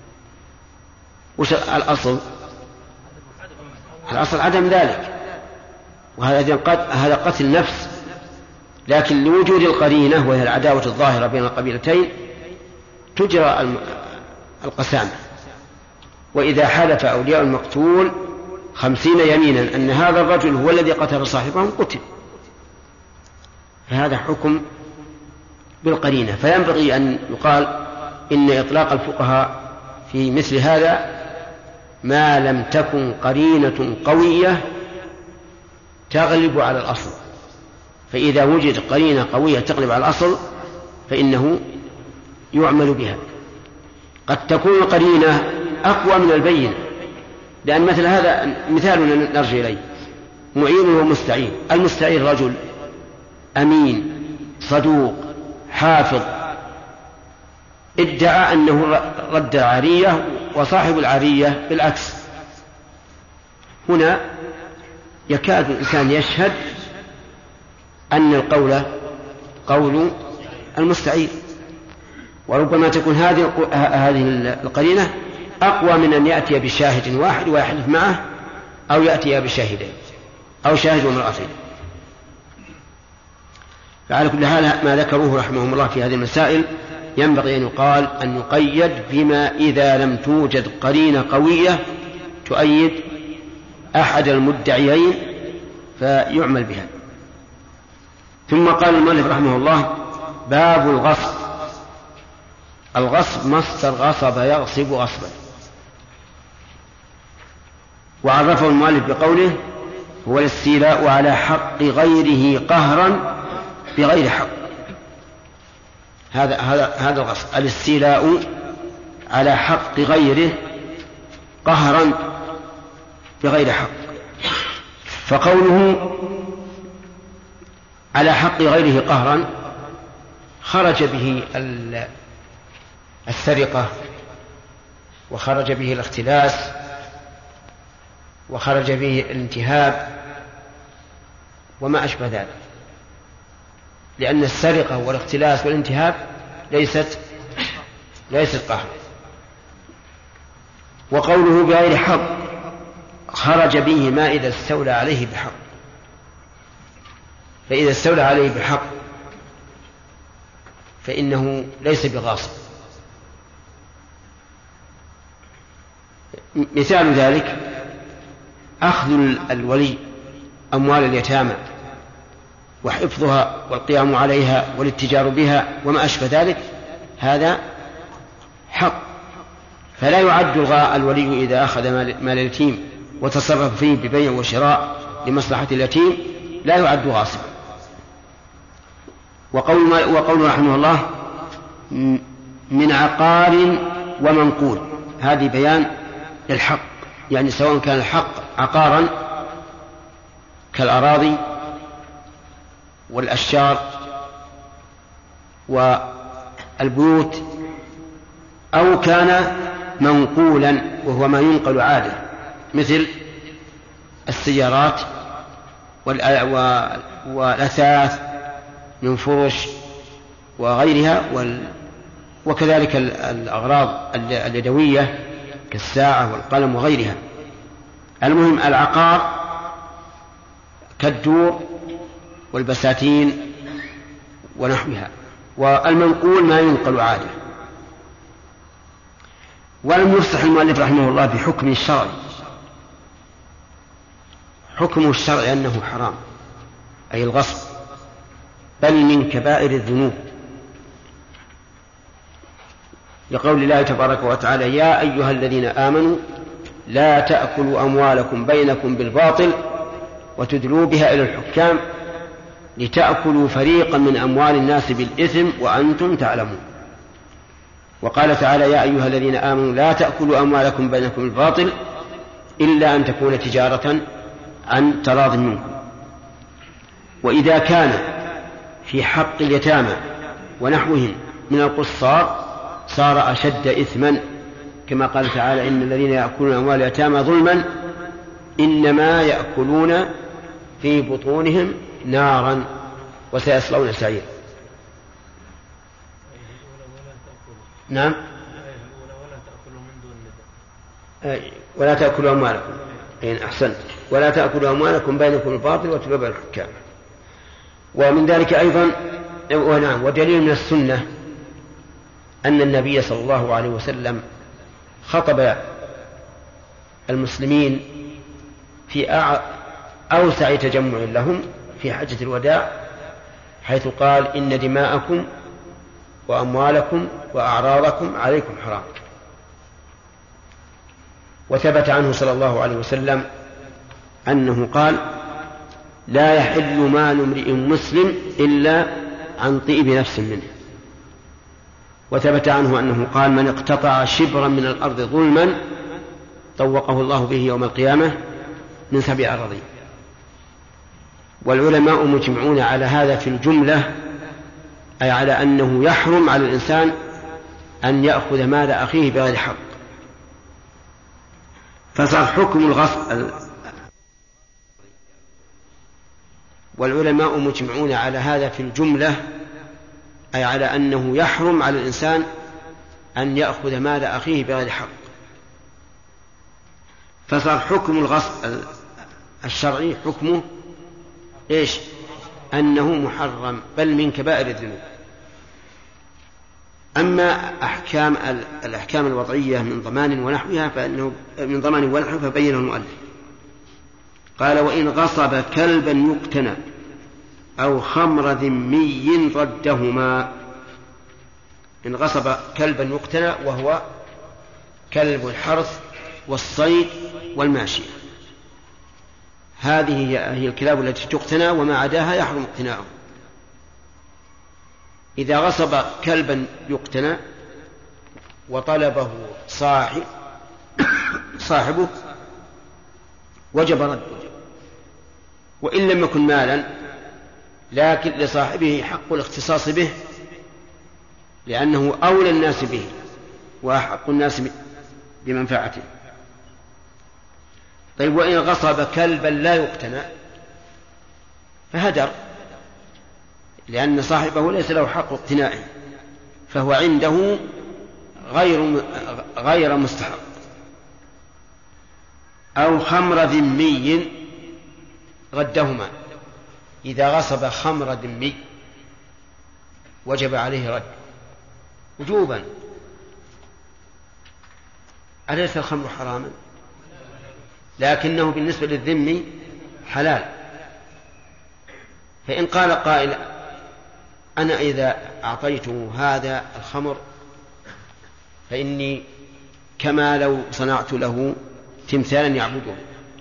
وش الأصل؟ الأصل عدم ذلك، وهذا قتل نفس، لكن لوجود القرينة وهي العداوة الظاهرة بين القبيلتين تجرى القسامة. وإذا حلف أولياء المقتول 50 يمينا أن هذا الرجل هو الذي قتل صاحبهم قتل، فهذا حكم بالقرينة. فينبغي أن يقال إن إطلاق الفقهاء في مثل هذا ما لم تكن قرينة قوية تغلب على الأصل، فإذا وجد قرينة قوية تغلب على الأصل فإنه يعمل بها. قد تكون القرينة أقوى من البينة، لأن مثل هذا مثال نرجع إليه، معين ومستعين. المستعين رجل أمين صدوق حافظ ادعى أنه رد العارية وصاحب العارية بالعكس، هنا يكاد الإنسان يشهد أن القول قول المستعير، وربما تكون هذه القرينة أقوى من أن يأتي بشاهد واحد ويحلف معه، أو يأتي بشاهدين أو شاهد وامرأتين. فعلى كل حال ما ذكروه رحمهم الله في هذه المسائل ينبغي أن يقال أن يقيد بما إذا لم توجد قرينة قوية تؤيد أحد المدعيين فيعمل بها. ثم قال المؤلف رحمه الله: باب الغصب. الغصب مصدر غصب يغصب غصبا، وعرفه المؤلف بقوله: هو الاستيلاء على حق غيره قهرا بغير حق. هذا الغصب، الاستيلاء على حق غيره قهرا بغير حق. فقوله على حق غيره قهرا خرج به السرقة، وخرج به الاختلاس، وخرج به الانتهاب وما أشبه ذلك، لأن السرقة والاختلاس والانتهاب ليست قهر. وقوله بغير حق خرج به ما إذا استولى عليه بحق، فإذا استولى عليه بحق فإنه ليس بغاصب. مثال ذلك أخذ الولي أموال اليتامى وحفظها والقيام عليها والاتجار بها وما أشبه ذلك، هذا حق، فلا يعد الولي إذا أخذ مال اليتيم وتصرف فيه ببيع وشراء لمصلحة اليتيم لا يعد غاصبا. وقول رحمه الله: من عقار ومنقول، هذه بيان الحق، يعني سواء كان الحق عقارا كالأراضي والأشجار والبيوت، أو كان منقولا وهو ما ينقل عادة مثل السيارات والأثاث من فرش وغيرها، وكذلك الأغراض اليدوية كالساعة والقلم وغيرها. المهم العقار كالدور والبساتين ونحوها. والمنقول ما ينقل عادة. ولم يفصح المؤلف رحمه الله بحكم الشرعي. حكم الشرع أنه حرام، أي الغصب، بل من كبائر الذنوب، لقول الله تبارك وتعالى: يا أيها الذين آمنوا لا تأكلوا أموالكم بينكم بالباطل وتدلوا بها إلى الحكام لتأكلوا فريقا من أموال الناس بالإثم وأنتم تعلمون. وقال تعالى: يا أيها الذين آمنوا لا تأكلوا أموالكم بينكم بالباطل إلا أن تكون تجارة عن تراض منكم. وإذا كان في حق اليتامى ونحوهم من القصار صار أشد إثما، كما قال تعالى: إن الذين يأكلون أموال اليتامى ظلما إنما يأكلون في بطونهم نارا وسيصلون سعيرا. نعم، ولا تأكلوا أموالكم، أحسنت، ولا تأكلوا أموالكم بينكم الباطل وتدلوا بها إلى الحكام. ومن ذلك أيضا ودليل من السنة أن النبي صلى الله عليه وسلم خطب المسلمين في أوسع تجمع لهم في حجة الوداع، حيث قال: إن دماءكم وأموالكم وأعراضكم عليكم حرام. وثبت عنه صلى الله عليه وسلم أنه قال: لا يحل مال امرئ مسلم إلا عن طيب نفس منه. وثبت عنه أنه قال: من اقتطع شبرا من الأرض ظلما طوقه الله به يوم القيامة من 7 أراضين. والعلماء مجمعون على هذا في الجملة، أي على أنه يحرم على الإنسان أن يأخذ مال أخيه بغير حق. فصار حكم الغصب. والعلماء مجمعون على هذا في الجملة، أي على أنه يحرم على الإنسان أن يأخذ مال أخيه بغير حق. فصار حكم الغصب الشرعي حكمه إيش؟ أنه محرم، بل من كبائر الذنوب. أما الأحكام الوضعية من ضمان ونحوها فإنه من ضمان ونحوها فبينه المؤلف. قال: وإن غصب كلبا يقتنى أو خمر ذمي ردهما. إن غصب كلبا يقتنى وهو كلب الحرث والصيد والماشية، هذه هي الكلاب التي تقتنى، وما عداها يحرم اقتناؤه. إذا غصب كلبا يقتنى وطلبه صاحبه وجب رده، وإن لم يكن مالا، لكن لصاحبه حق الاختصاص به لأنه أولى الناس به وأحق الناس بمنفعته. طيب، وإن غصب كلبا لا يقتنى فهدر، لأن صاحبه ليس له حق اقتنائه، فهو عنده غير مستحق. أو خمر ذمي ردهما. إذا غصب خمر ذمي وجب عليه رد وجوبا. أليس الخمر حراما؟ لكنه بالنسبة للذمي حلال. فإن قال قائل: أنا إذا أعطيته هذا الخمر فإني كما لو صنعت له تمثالا يعبده،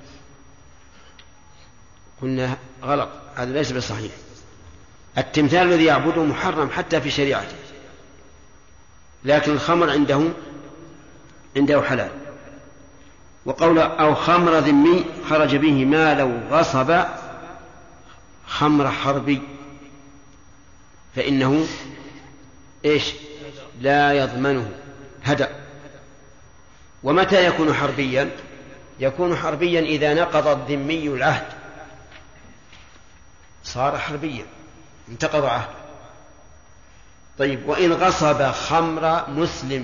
قلنا غلط، هذا ليس بصحيح. التمثال الذي يعبده محرم حتى في شريعته، لكن الخمر عنده حلال. وقول أو خمر ذمي خرج به ما لو غصب خمر حربي، فإنه إيش؟ لا يضمنه هدأ. ومتى يكون حربيا؟ يكون حربيا إذا نقض الذمي العهد صار حربيا، انتقض عهد. طيب، وإن غصب خمر مسلم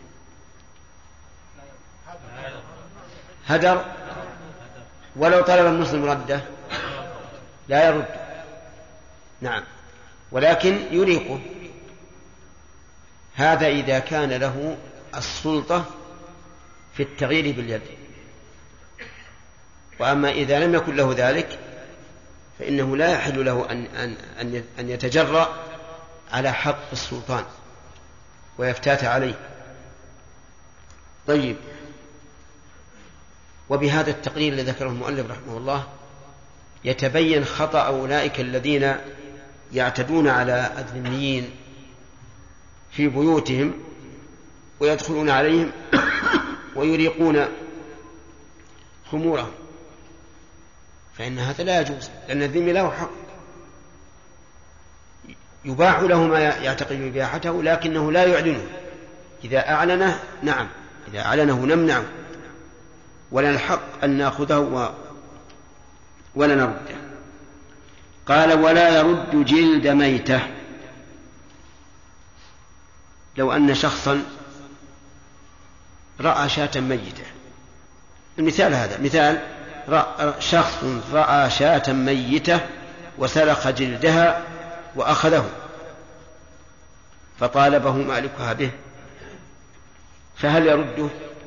هدر، ولو طلب المسلم رده لا يرد. نعم، ولكن يريقه. هذا إذا كان له السلطة في التغيير باليد. وأما إذا لم يكن له ذلك فإنه لا يحل له أن يتجرأ على حق السلطان ويفتات عليه. طيب، وبهذا التقرير الذي ذكره المؤلف رحمه الله يتبين خطأ أولئك الذين يعتدون على الذميين في بيوتهم ويدخلون عليهم ويريقون خمورهم، فإن هذا لا يجوز، لأن الذمي له حق يباح له ما يعتقد إباحته لكنه لا يعلنه. إذا أعلنه نعم، إذا أعلنه نمنعه، ولا الحق أن نأخذه ولا نرده. قال ولا يرد جلد ميتة. لو أن شخصا رأى شاة ميتة، المثال هذا مثال شخص رأى شاة ميتة وسلخ جلدها وأخذه فطالبه مالكها به، فهل يرده؟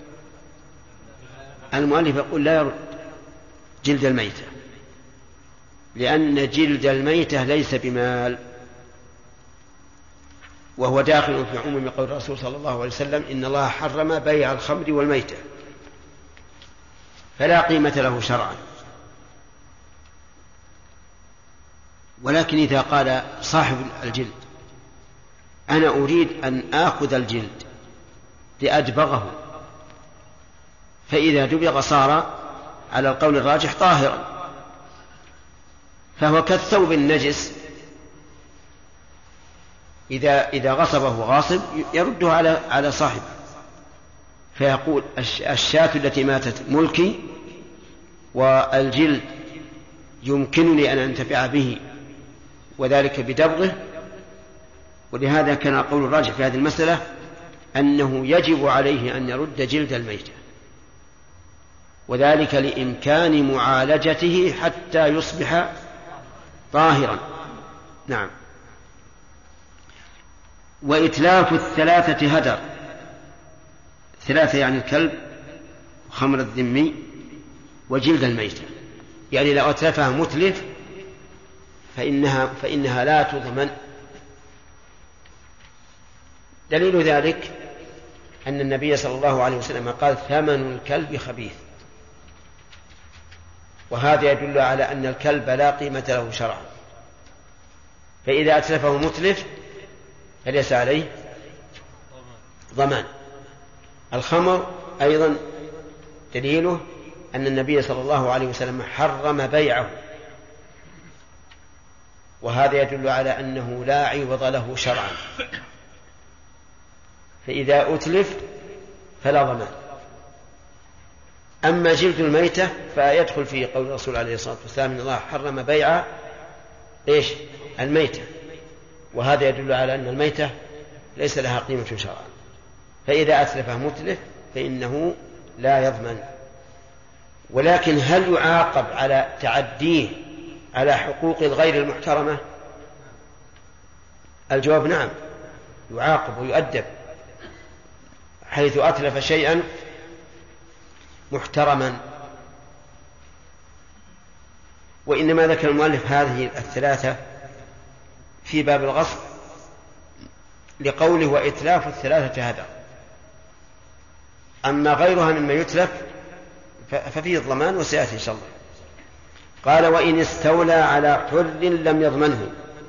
المؤلف يقول لا يرد جلد الميتة، لأن جلد الميتة ليس بمال، وهو داخل في عموم قول الرسول صلى الله عليه وسلم إن الله حرم بيع الخمر والميتة، فلا قيمة له شرعا. ولكن إذا قال صاحب الجلد أنا أريد أن آخذ الجلد لأدبغه، فإذا دبغ صار على القول الراجح طاهرا، فهو كالثوب النجس إذا غصبه غاصب يرده على صاحبه، فيقول الشاة التي ماتت ملكي والجلد يمكنني أن أنتفع به وذلك بدبغه. ولهذا كان قول الراجح في هذه المسألة أنه يجب عليه أن يرد جلد الميتة، وذلك لإمكان معالجته حتى يصبح طاهرا. نعم. وإتلاف الثلاثة هدر، ثلاثة يعني الكلب وخمر الذمي وجلد الميتة، يعني لو أتلفها متلف فإنها لا تضمن. دليل ذلك أن النبي صلى الله عليه وسلم قال ثمن الكلب خبيث، وهذا يدل على أن الكلب لا قيمة له شرعا، فإذا أتلفه متلف فليس عليه ضمان. الخمر أيضا دليله أن النبي صلى الله عليه وسلم حرم بيعه، وهذا يدل على أنه لا عوض له شرعا، فإذا أتلف فلا ضمان. أما جلد الميتة فيدخل في قول الرسول عليه الصلاة والسلام إن الله حرم بيع الميتة، وهذا يدل على أن الميتة ليس لها قيمة شرعا، فإذا أتلفه متلف فإنه لا يضمن. ولكن هل يعاقب على تعديه على حقوق الغير المحترمة؟ الجواب نعم، يعاقب ويؤدب حيث أتلف شيئا محترما. وإنما ذكر المؤلف هذه الثلاثة في باب الغصب لقوله وإتلاف الثلاثة هذا، أما غيرها مما يتلف ففيه الضمان وسيأتي إن شاء الله. قال وإن استولى على حر لم يضمنه.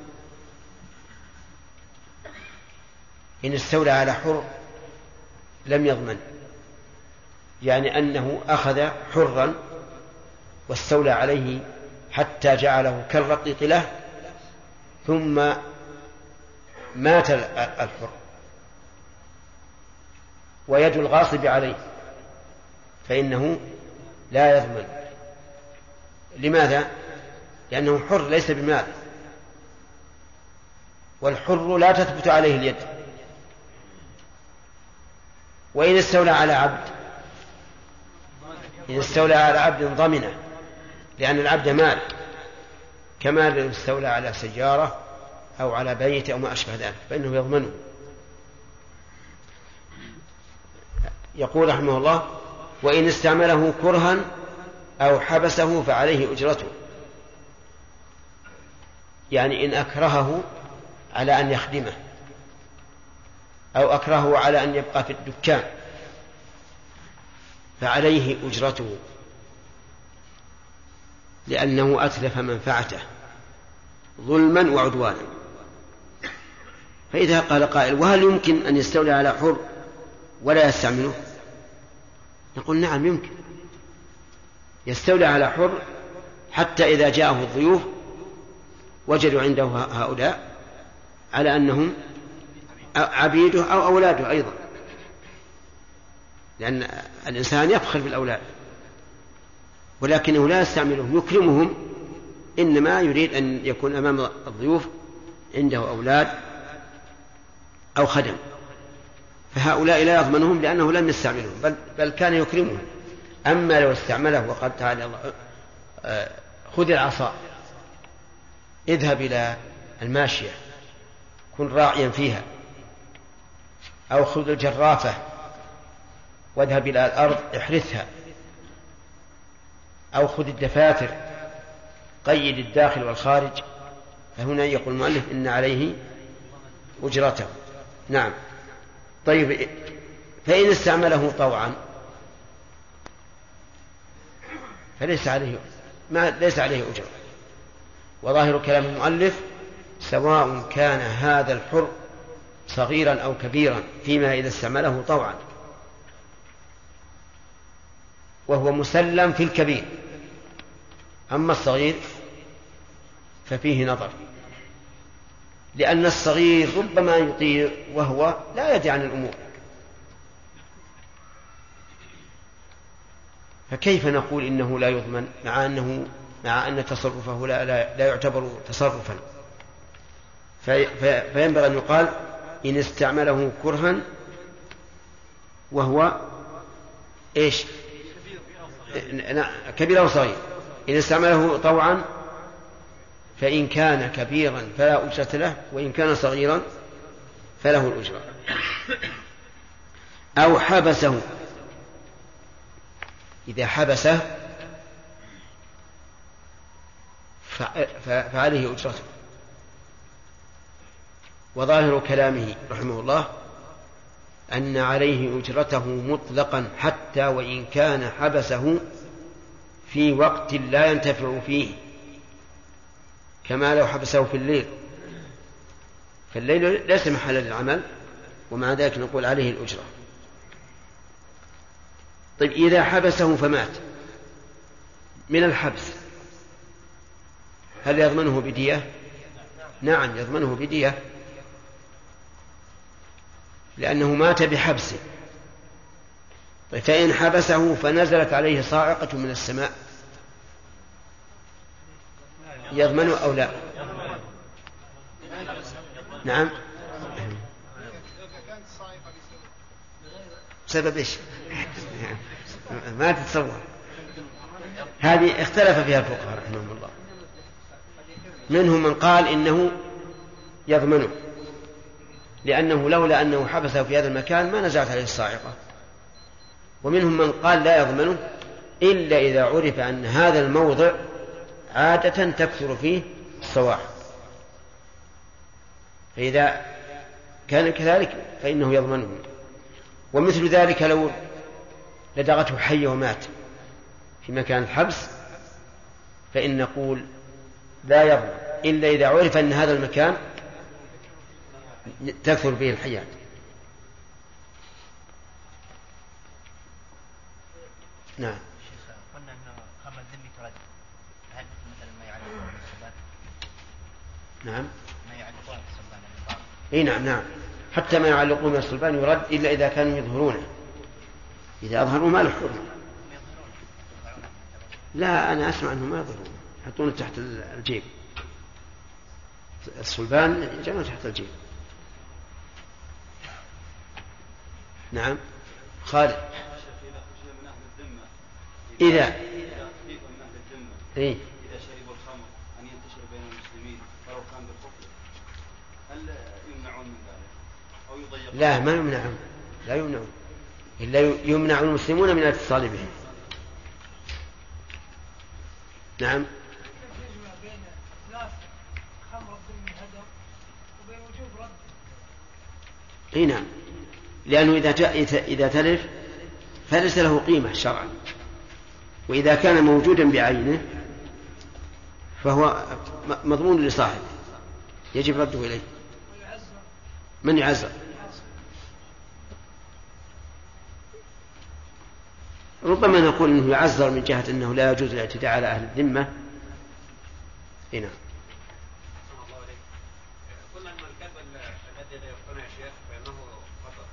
إن استولى على حر لم يضمن، يعني أنه أخذ حرا واستولى عليه حتى جعله كالرقيق له ثم مات الحر ويد الغاصب عليه، فإنه لا يضمن. لماذا؟ لأنه حر ليس بمال، والحر لا تثبت عليه اليد. وإن استولى على عبد، إن استولى على عبد ضمنه، لأن العبد مال، كما لو استولى على سيارة أو على بيت أو ما أشبه ذلك فإنه يضمنه. يقول رحمه الله: وإن استعمله كرها أو حبسه فعليه أجرته. يعني إن أكرهه على أن يخدمه أو أكرهه على أن يبقى في الدكان فعليه أجرته، لأنه أتلف منفعته ظلما وعدوانا. فإذا قال قائل: وهل يمكن أن يستولي على حر ولا يستعمله؟ نقول: نعم يمكن يستولي على حر، حتى إذا جاءه الضيوف وجدوا عنده هؤلاء على أنهم عبيده أو أولاده أيضا، لأن الإنسان يفخر بالأولاد، ولكنه لا يستعملهم يكرمهم، إنما يريد أن يكون أمام الضيوف عنده أولاد أو خدم، فهؤلاء لا يضمنهم لأنه لم يستعملهم بل كان يكرمهم. أما لو استعمله وقال تعالى الله: خذ العصا اذهب إلى الماشية كن راعيا فيها، أو خذ الجرافة واذهب إلى الأرض احرثها، أو خذ الدفاتر قيد الداخل والخارج، فهنا يقول المؤلف إن عليه أجرته. نعم. طيب، فإن استعمله طوعا فليس عليه أجرة. وظاهر كلام المؤلف: سواء كان هذا الحر صغيرا أو كبيرا، فيما إذا استعمله طوعا، وهو مسلم في الكبير. أما الصغير ففيه نظر، لأن الصغير ربما يطير وهو لا يدري عن الأمور، فكيف نقول إنه لا يضمن مع أن تصرفه لا يعتبر تصرفا؟ فينبغي أن يقال: إن استعمله كرها وهو إيش؟ كبير أو صغير. إن استعمله طوعا فإن كان كبيرا فلا أجرة له، وإن كان صغيرا فله الأجرة. أو حبسه، إذا حبسه فعليه أجرته. وظاهر كلامه رحمه الله أن عليه أجرته مطلقا، حتى وإن كان حبسه في وقت لا ينتفع فيه، كما لو حبسه في الليل، فالليل ليس محل للعمل، ومع ذلك نقول عليه الأجرة. طيب، إذا حبسه فمات من الحبس هل يضمنه بدية؟ نعم يضمنه بدية، لأنه مات بحبسه. طيب، فإن حبسه فنزلت عليه صاعقة من السماء يضمنه أو لا؟ نعم. سبب إيش؟ ما تتصور. هذه اختلف فيها الفقهاء رحمهم الله، منهم من قال إنه يضمنه، لأنه لولا أنه حبسه في هذا المكان ما نزلت عليه الصاعقة. ومنهم من قال لا يضمنه إلا إذا عرف أن هذا الموضع عادة تكثر فيه الصواعق، فإذا كان كذلك فإنه يضمنه. ومثل ذلك لو لدغته حية ومات في مكان الحبس فإن نقول لا يضمن إلا إذا عرف أن هذا المكان تكثر به الحيات. نعم. قلنا أن خمر الذمي ترد، هل مثل ما يعلقون بالصلبان؟ نعم. ما يعلقون بالصلبان. اي نعم. حتى ما يعلقون من الصلبان يرد إلا إذا كانوا يظهرونه، إذا أظهروا ما له حرمة. لا، أنا أسمع أنهم ما يظهرون، يحطونه تحت الجيب، الصلبان يجعلونه تحت الجيب. نعم. خالد. إذا إذا شربوا الخمر أن ينتشر بين المسلمين ولو كان بالكفر. لا ما يمنعون، لا يمنعون، إلا يمنع المسلمون من الاتصال بهم. نعم. بين ناس خمر الذمة هدر وبين وجوب رد. اي نعم، لأنه إذا تلف فليس له قيمة شرعا، وإذا كان موجودا بعينه فهو مضمون لصاحبه يجب رده إليه. من يعزر؟ ربما نقول أنه يعزر من جهة أنه لا يجوز الاعتداء على أهل الذمة. هنا قلنا أن الكلب الذي لا يقتنع يا شيخ فإنه خطأ.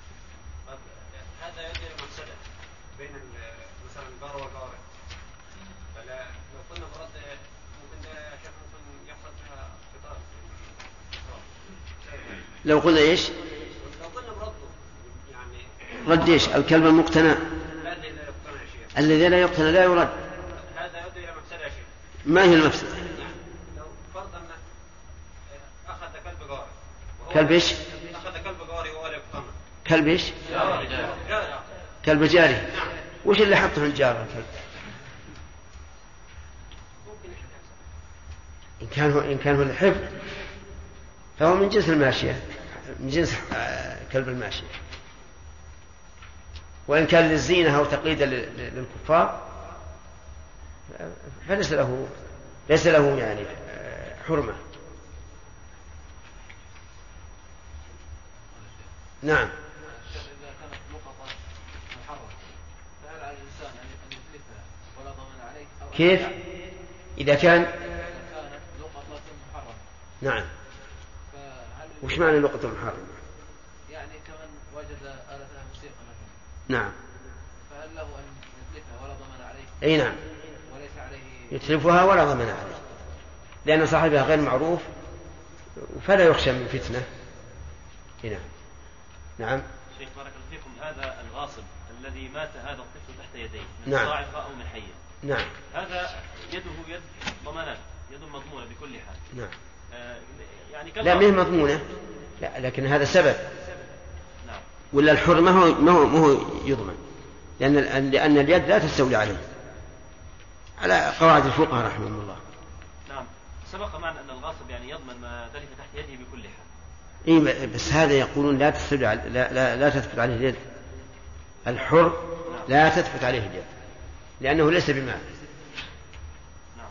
هذا يؤدي إلى مفسدة بين مثلا الجار والجار، فلا لو كنا برد ممكن يا شيخ ممكن يحصل فيها قتال. لو قلنا إيش؟ لو كنا برده يعني رد إيش؟ الكلب المقتنع الذي لا يقتنع لا يرد. هذا يؤدي إلى مفسدة يا شيخ. ما هي المفسدة؟ لو فرض أن أخذ كلب جاري. كلب إيش؟ أخذ كلب جاري وهو لا يقتنع. كلب إيش؟ كلب جاري. وش اللي حطه في الجار الكلب؟ إن كان هو الحفظ فهو من جنس الماشية، من جنس كلب الماشية. وإن كان للزينة أو تقليدا للكفار فليس له يعني حرمة. نعم. إذا كانت لقطة محرمة فهل على الإنسان أن يتلفها ولا ضمان عليه؟ كيف؟ إذا كانت لقطة محرمة. نعم. وش معنى لقطة محرمة؟ يعني كمن وجد آلتها موسيقى مثلا. نعم. فهل له أن يتلفها ولا ضمان عليه؟ أي نعم. وليس عليه يتلفها ولا ضمان عليه، لأن صاحبها غير معروف فلا يخشى من فتنة. هنا. نعم. شيخ بارك الله فيكم، هذا الغاصب الذي مات هذا الطفل تحت يديه من نعم. ضاعفة أو من حية. نعم. هذا يده يد ضمانات، يد مضمونة بكل حال. نعم. يعني لا ما هي مضمونة، لا لكن هذا سبب. نعم. ولا الحر ما هو يضمن، لأن اليد لا تستولي عليه على قواعد الفقهاء رحمهم الله. نعم. سبق معنا أن الغاصب يعني يضمن ما تلف تحت يده بكل حال. إيه بس هذا يقولون لا تستولي لا تثبت عليه اليد. الحر لا تثبت عليه اليد لأنه ليس بمال. نعم.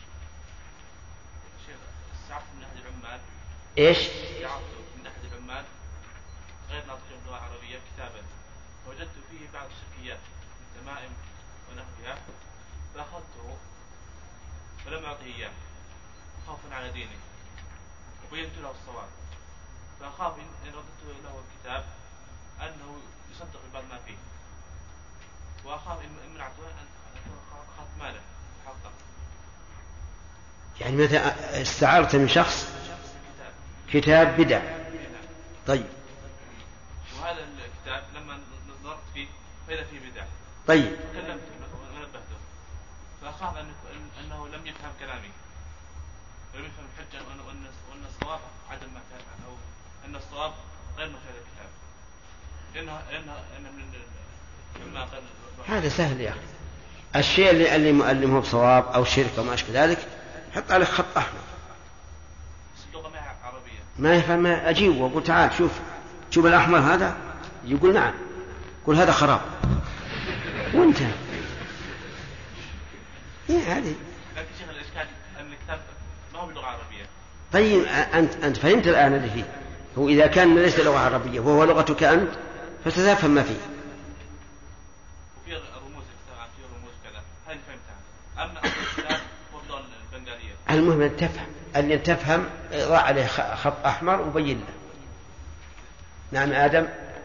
شيخ استعرت من أحد العمال. إيش؟ استعرت من أحد العمال غير ناطقين باللغة العربية كتابا وجدت فيه بعض الشركيات من تمائم ونحوها فأخذته ولم أعطه إياه خوفا على دينه وبينت له الصواب، فأخاف إن رددت له الكتاب أنه يصدق ببعض ما فيه، وأخاف إن منعته أن أخذ ماله حقا. يعني متى استعرت من شخص كتاب بدع؟ طيب. وهذا الكتاب لما نظرت فيه فإذا فيه بدع. طيب. كلمته ونبهته فأخاف أنه لم يفهم كلامي ولم يفهم الحجة وأن الصواب عدم ما كان أو أن الصواب غير ما في هذا الكتاب لأنه مما قال. هذا سهل يا أخي. الشيء اللي مؤلمه بصواب أو شرك أو ما أشبه ذلك حط عليه خط أحمر. اللغة ما هي عربية. ما يفهم أجيب وأقول تعال شوف الأحمر هذا، يقول نعم، قل هذا خراب وانتهى. هذه. لكن شيخ الإشكال أن الكتاب ما هو باللغة العربية. طيب أنت فهمت الآن اللي فيه. هو إذا كان ليس لغة عربية وهو لغتك أنت فتتفهم ما فيه. وفي رموز في رموز كذا هل فهمتها؟ أما الكتاب هو باللغة البنغالية. المهم أن تفهم، أن تفهم ضع عليه خط أحمر وبين له. نعم آدم.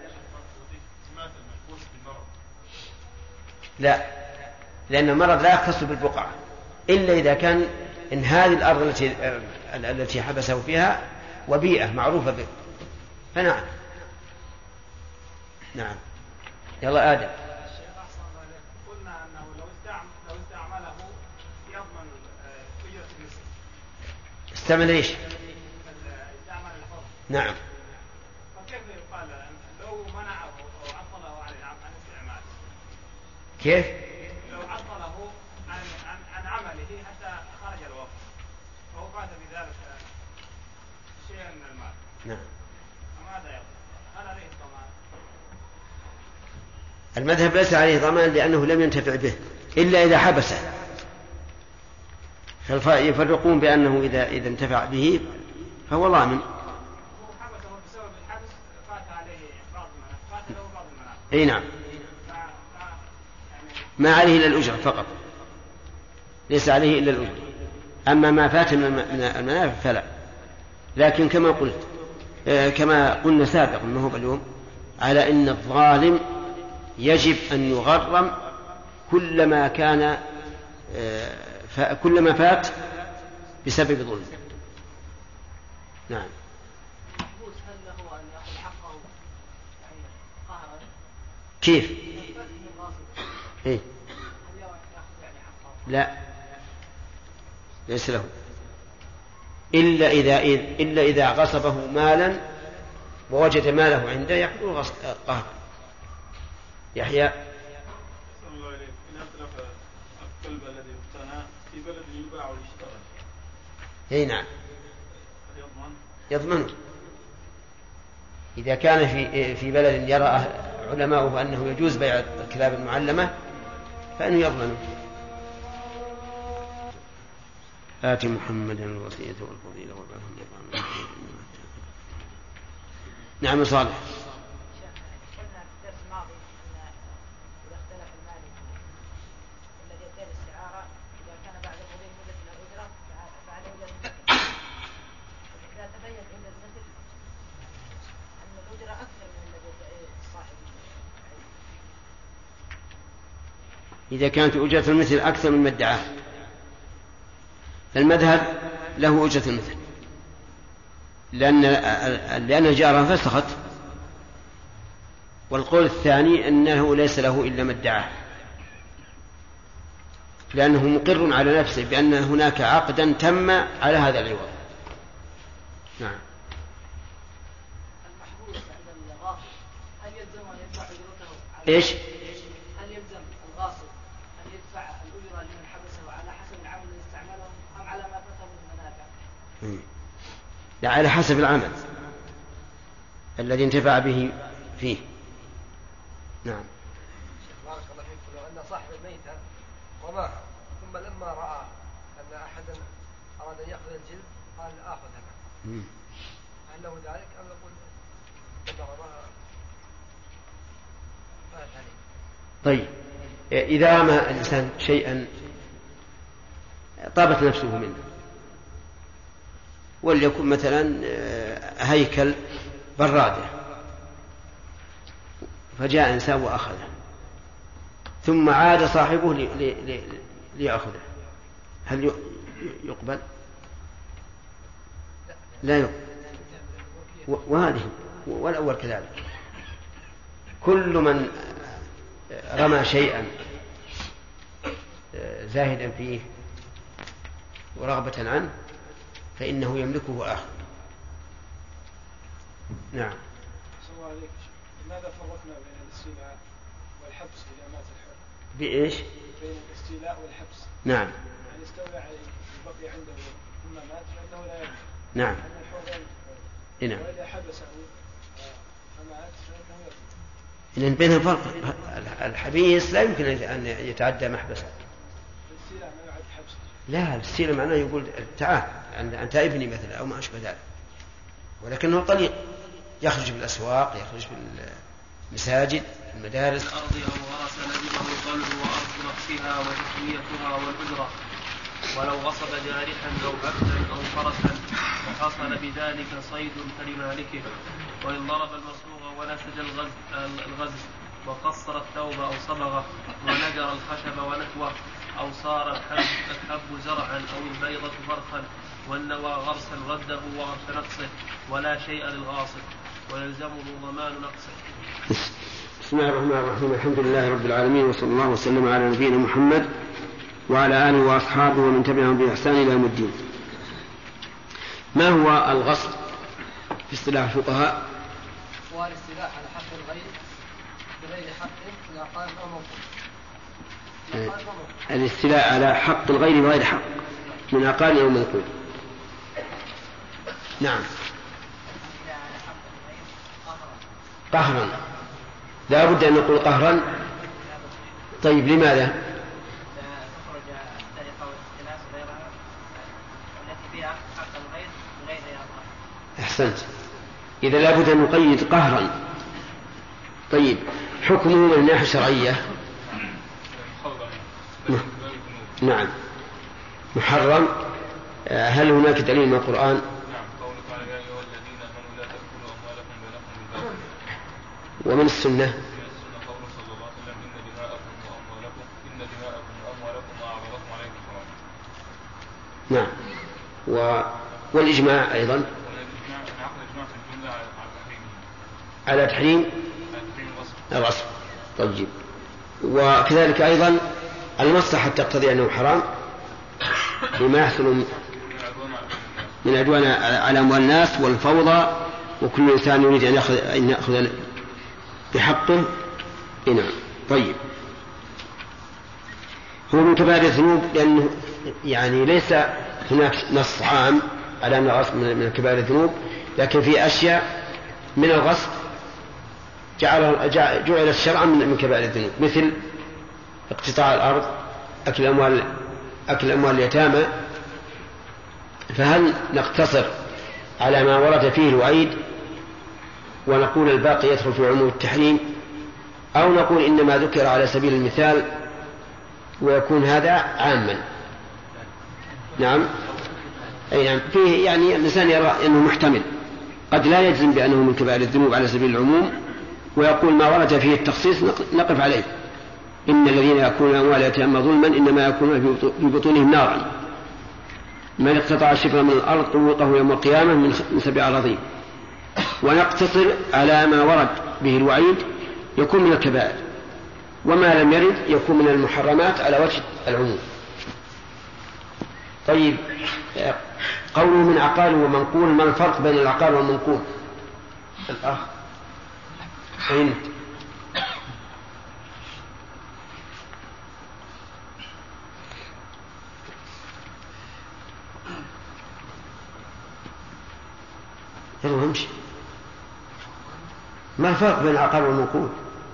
لا، لأن المرض لا يختص بالبقعة إلا إذا كان إن هذه الأرض التي حبسه فيها وبيئة معروفة به فنعم. نعم. يلا آدم. قلنا أنه لو استعمله يضمن أجرة المثل. استعمل إيش؟ استعمل الحر. نعم. فكيف يقال عطله عن استعماله. كيف؟ لو عطله عن عمله حتى خرج الوقت فهو فات بذلك شيئا من المال. نعم. فماذا يقول؟ هل عليه الضمان؟ المذهب ليس عليه ضمان لأنه لم ينتفع به إلا إذا حبسه، يفرقون بأنه إذا انتفع به فهو ضامن. هو حبسه بسبب الحبس فات عليه بعض المنافع، فات له بعض المنافع. أي نعم. ما عليه إلا الأجرة فقط، ليس عليه إلا الأجرة. أما ما فات من المنافع فلا. لكن كما قلنا سابقا ما هو اليوم، على أن الظالم يجب أن يغرم كلما فات بسبب ظلم. نعم. المحبوس هل له أن يأخذ حقه يعني قهرا؟ كيف؟ إيه؟ هل يأخذ يعني حقه؟ لا، ليس له إلا إذا غصبه مالا ووجد ماله عنده يحصل قهر. يحيى. صلى الله عليه إن أتلف الكلب الذي اقتنى في بلد يباع ويشترى. اي نعم. يضمنه إذا كان في بلد يرى علماؤه أنه يجوز بيع الكلاب المعلمة فإنه يضمنه. آت محمدا الوصية والفضيلة وبعثهم مقاما. نعم صالح. قلنا في الدرس الماضي أن إذا اختلف المالك الذي يدعي الاستعارة إذا كان بعد مضي مدة الأجرة فعليه أجرة المثل. إذا تبين عند المثل أن الأجرة أكثر من الذي يدعي الصاحب. إذا كانت أجرة المثل أكثر مما ادعاه فالمذهب له أجرة المثل، لأن الجارة فسخت. والقول الثاني أنه ليس له إلا ما ادعاه، لأنه مقر على نفسه بأن هناك عقدا تم على هذا العوض. نعم. المحبوس عند الغاصب هل يلزم أن يدفع أجرته؟ إيش؟ هل يلزم الغاصب أن يدفع الأجرة لمن حبسه على حسب العمل الذي استعمله أم على ما فاته من المنافع؟ لا، على حسب العمل الذي انتفع به فيه. نعم. بارك الله فيكم. لو أن صاحب الميتة رماها ثم لما رأى أن أحدا أراد أن يأخذ الجلد قال آخذها، هل له ذلك أم يقول لما رماها فات عليه؟ طيب، إذا رمى الإنسان شيئا طابت نفسه منه، وليكن مثلا هيكل برادة فجاء إنسان وأخذه ثم عاد صاحبه ليأخذه، هل يقبل؟ لا يقبل. وهذه والأول كذلك. كل من رمى شيئا زاهدا فيه ورغبة عنه فإنه يملكه آخر. نعم. صلى الله عليك. لماذا فرقنا بين الاستيلاء والحبس إذا مات الحر؟ بإيش؟ بين الاستيلاء والحبس. نعم. يعني استولى عليه بقي عنده ثم مات فإنه لا يملك. نعم. أن الحر نعم. وإذا حبسه فمات فإنه يملك. إذن بينهم فرق. الحبيس لا يمكن أن يتعدى محبسه. الاستيلاء ما يعد حبس. لا، الاستيلاء معناه يقول تعال أنت ابني مثلا أو ما أشبه ذلك، ولكنه طليق يخرج بالأسواق، يخرج بالمساجد، المدارس. الأرض أو غرس لزمه قلب وأرض نفسها وتسويتها والأجرة، ولو غصب جارحا أو عبدا أو فرسا وحصل بذلك صيد فلمالكه، وإن ضرب المصبوغ ونسج الغزل وقصر الثوب أو صبغه ونجر الخشب ونكوه أو صار الحب زرعا أو البيضة فرخا والنوى غرسا رده وغرس نقصه ولا شيء للغاصب ويلزمه ضمان نقصه. بسم الله الرحمن الرحيم. الحمد لله رب العالمين، وصلى الله وسلم على نبينا محمد وعلى آله وأصحابه ومن تبعهم بإحسان إلى يوم الدين. ما هو الغصب في اصطلاح الفقهاء؟ والاستيلاء على حق الغير بغير حق إذا قال أو موقوف. الاستيلاء على حق الغير بغير حق من عقال أو منقول. نعم. قهرا، لا بد أن نقول قهرا. طيب لماذا؟ تخرج طريقة والاختلاس غيرها التي فيها حق الغير بغير إرادة. أحسنت، إذا لا بد أن نقيد قهرا. طيب حكمه من الناحية الشرعية؟ نعم محرم. هل هناك دليل من القرآن؟ نعم، قوله تعالى يا أيها الذين آمنوا لا تأكلوا أموالكم بينكم بالباطل. ومن السنة؟ من السنة قوله صلى الله عليه وسلم إن دماءكم وأموالكم وأعراضكم عليكم حرام. نعم. والإجماع أيضا والإجماع نعقد الإجماع في الجملة على تحريم الغصب. طيب وكذلك أيضا المصلحة تقتضي أنه حرام بما يحصل من عدوان على أموال الناس والفوضى، وكل إنسان يريد أن يأخذ بحقه. نعم. طيب هو من كبائر الذنوب لأنه يعني ليس هناك نص عام على أن الغصب من كبائر الذنوب، لكن في أشياء من الغصب جعل الشرع من كبائر الذنوب، مثل اقتطاع الأرض، أكل أموال اليتامى. فهل نقتصر على ما ورد فيه الوعيد ونقول الباقي يدخل في عموم التحريم، أو نقول إنما ذكر على سبيل المثال ويكون هذا عاما؟ نعم. أي نعم، فيه يعني الإنسان يرى أنه محتمل، قد لا يجزم بأنه من كبائر الذنوب على سبيل العموم، ويقول ما ورد فيه التخصيص نقف عليه. إن الذين يأكلون أموال اليتامى ظلما إنما يأكلون في بطونهم نارا، من اقتطع شبرا من الأرض طوقه يوم القيامة من 7 أراضين. ونقتصر على ما ورد به الوعيد يكون من الكبائر، وما لم يرد يكون من المحرمات على وجه العموم. طيب قوله من عقال ومنقول، ما الفرق بين العقال والمنقول؟ الأخ أين؟ يلا امشي. ما الفرق بين العقال والمنقول؟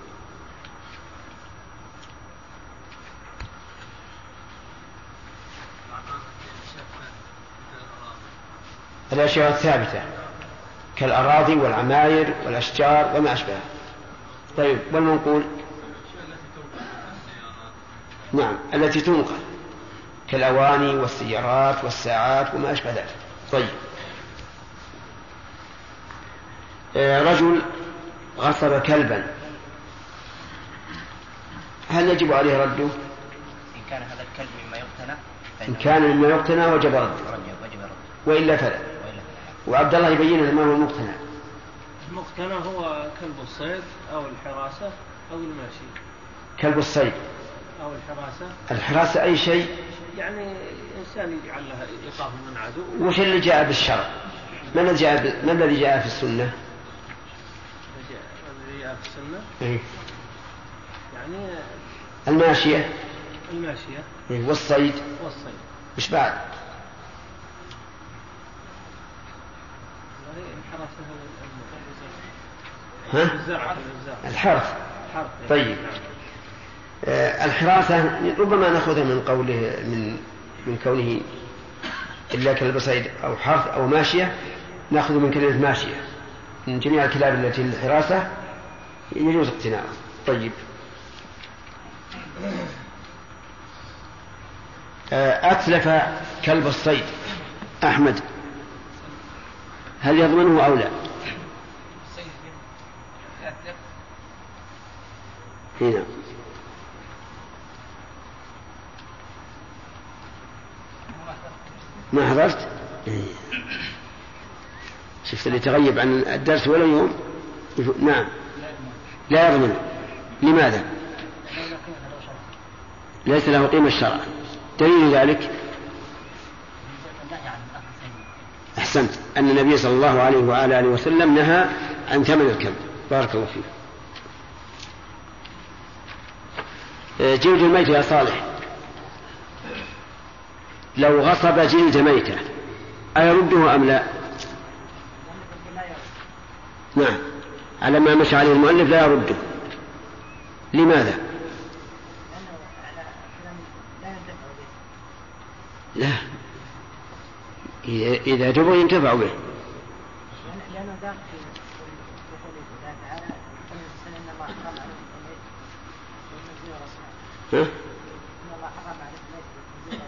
الأشياء الثابتة كالأراضي والعماير والأشجار وما أشبه. طيب والمنقول؟ نعم التي تنقل كالأواني والسيارات والساعات وما أشبه ذلك. طيب رجل غصب كلبا، هل يجب عليه رده؟ إن كان هذا الكلب مما يقتنى، إن كان مما يقتنى وجب رده، وإلا فلا. وعبد الله يبين ما هو المقتنى. المقتنى هو كلب الصيد أو الحراسة أو الماشي. كلب الصيد أو الحراسة. الحراسة أي شيء يعني إنسان يجعل لها يقاه من عدو. وش اللي جاء بالشرع؟ ما الذي جاء في السنة؟ الذي جاء في السنة إيه؟ يعني الماشية إيه؟ والصيد مش بعد؟ ها؟ الحرث. طيب الحراسة ربما نأخذها من قوله من كونه إلا كلب صيد أو حرث أو ماشية، نأخذ من كلمة ماشية. من جميع الكلاب التي للحراسة يجوز اقتناعها. طيب أتلف كلب الصيد أحمد، هل يضمنه أو لا؟ هنا ما حضرت؟ شفت اللي تغيب عن الدرس ولا يوم؟ نعم لا يضمن. لماذا؟ ليس له قيمة الشرع. دليل ذلك أحسنت أن النبي صلى الله عليه وآله وسلم نهى عن ثمن الكلب. بارك الله فيك. جلد الميت يا صالح لو غصب جلد ميتة أيرده أم لا؟ نعم، على ما مشى عليه المؤلف لا يرده. لماذا؟ لا، إذا جبر ينتفع به. لأنه داخل في قوله تعالى إن الله حرم عليكم الميت والخنزير والأصنام. إن الله حرم عليكم الميت والخنزير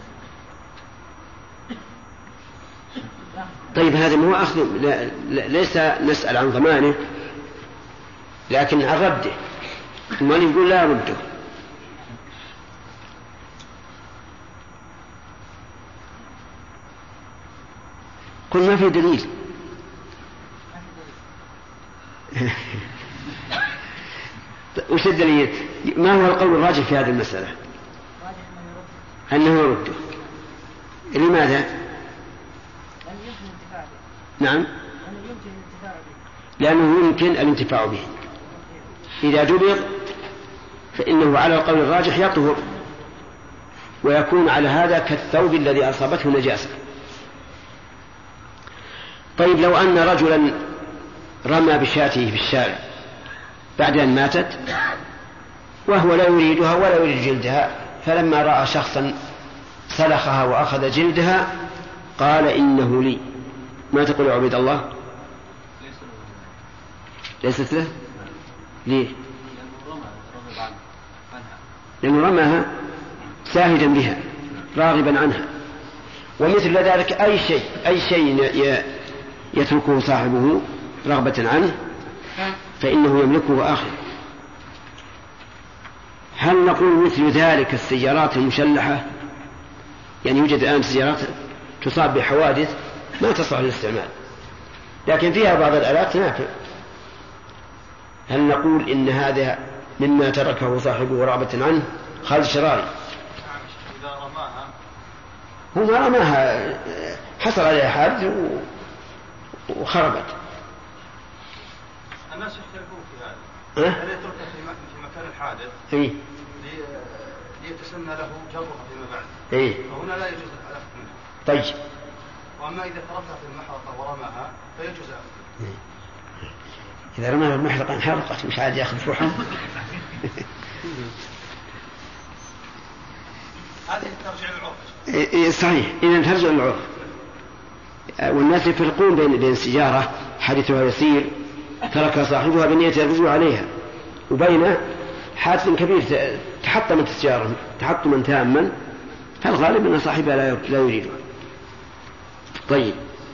والأصنام. طيب هذا ما هو أخذ، ليس نسأل عن ضمانه لكن عن رده. المؤلف يقول لا يرده. قل ما في دليل. وش الدليل؟ ما هو القول الراجح في هذه المسألة؟ أنه يرده. لماذا؟ نعم، لأنه يمكن الانتفاع به. إذا جبر فإنه على القول الراجح يطهر ويكون على هذا كالثوب الذي أصابته نجاسة. طيب لو أن رجلا رمى بشاته في الشارع بعد أن ماتت وهو لا يريدها ولا يريد جلدها، فلما رأى شخصا سلخها وأخذ جلدها قال إنه لي، ما تقول يا عبيد الله؟ ليست له. ليه؟ لأنه رماها ساهدا بها راغبا عنها. ومثل ذلك أي شيء يتركه صاحبه رغبة عنه فإنه يملكه آخر. هل نقول مثل ذلك السيارات المشلحة؟ يعني يوجد الآن سيارات تصاب بحوادث ما تصلح للاستعمال لكن فيها بعض الآلات نافع. هل نقول إن هذا مما تركه صاحبه رغبة عنه خالد شراري؟ إذا رماها هو ما رماها، حصل عليها حادث وخربت. الناس يختلفون في هذا. هل يتركها في مكان الحادث ليتسنى له جرها فيما بعد؟ فهنا لا يجوز الأخذ منها. طيب. وأما إذا تركها في المحرقة ورماها فيجوز أخذها. إذا رماها المحرقة انحرقت مش عاد يأخذ فحم. هذه ترجع للعرف. صحيح، إذا ترجع للعرف. والناس يفرقون بين سيارة حادثها يسير ترك صاحبها بنية الرجوع عليها وبين حادث كبير تحطمت السيارة تحطما تاما، فالغالب أن صاحبها لا يريده. طيب،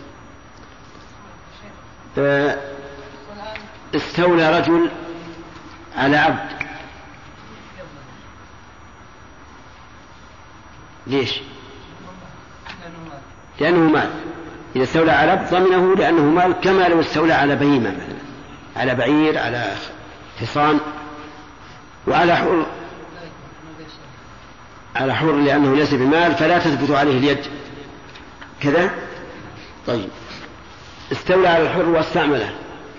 استولى رجل على عبد. ليش؟ لأنه مال. إذا استولى على عبد ضمنه لأنه مال، كما لو استولى على بهيمة مثلا، على بعير، على حصان، وعلى حر. على حر لأنه ليس بمال فلا تثبت عليه اليد كذا. طيب، استولى على الحر واستعمله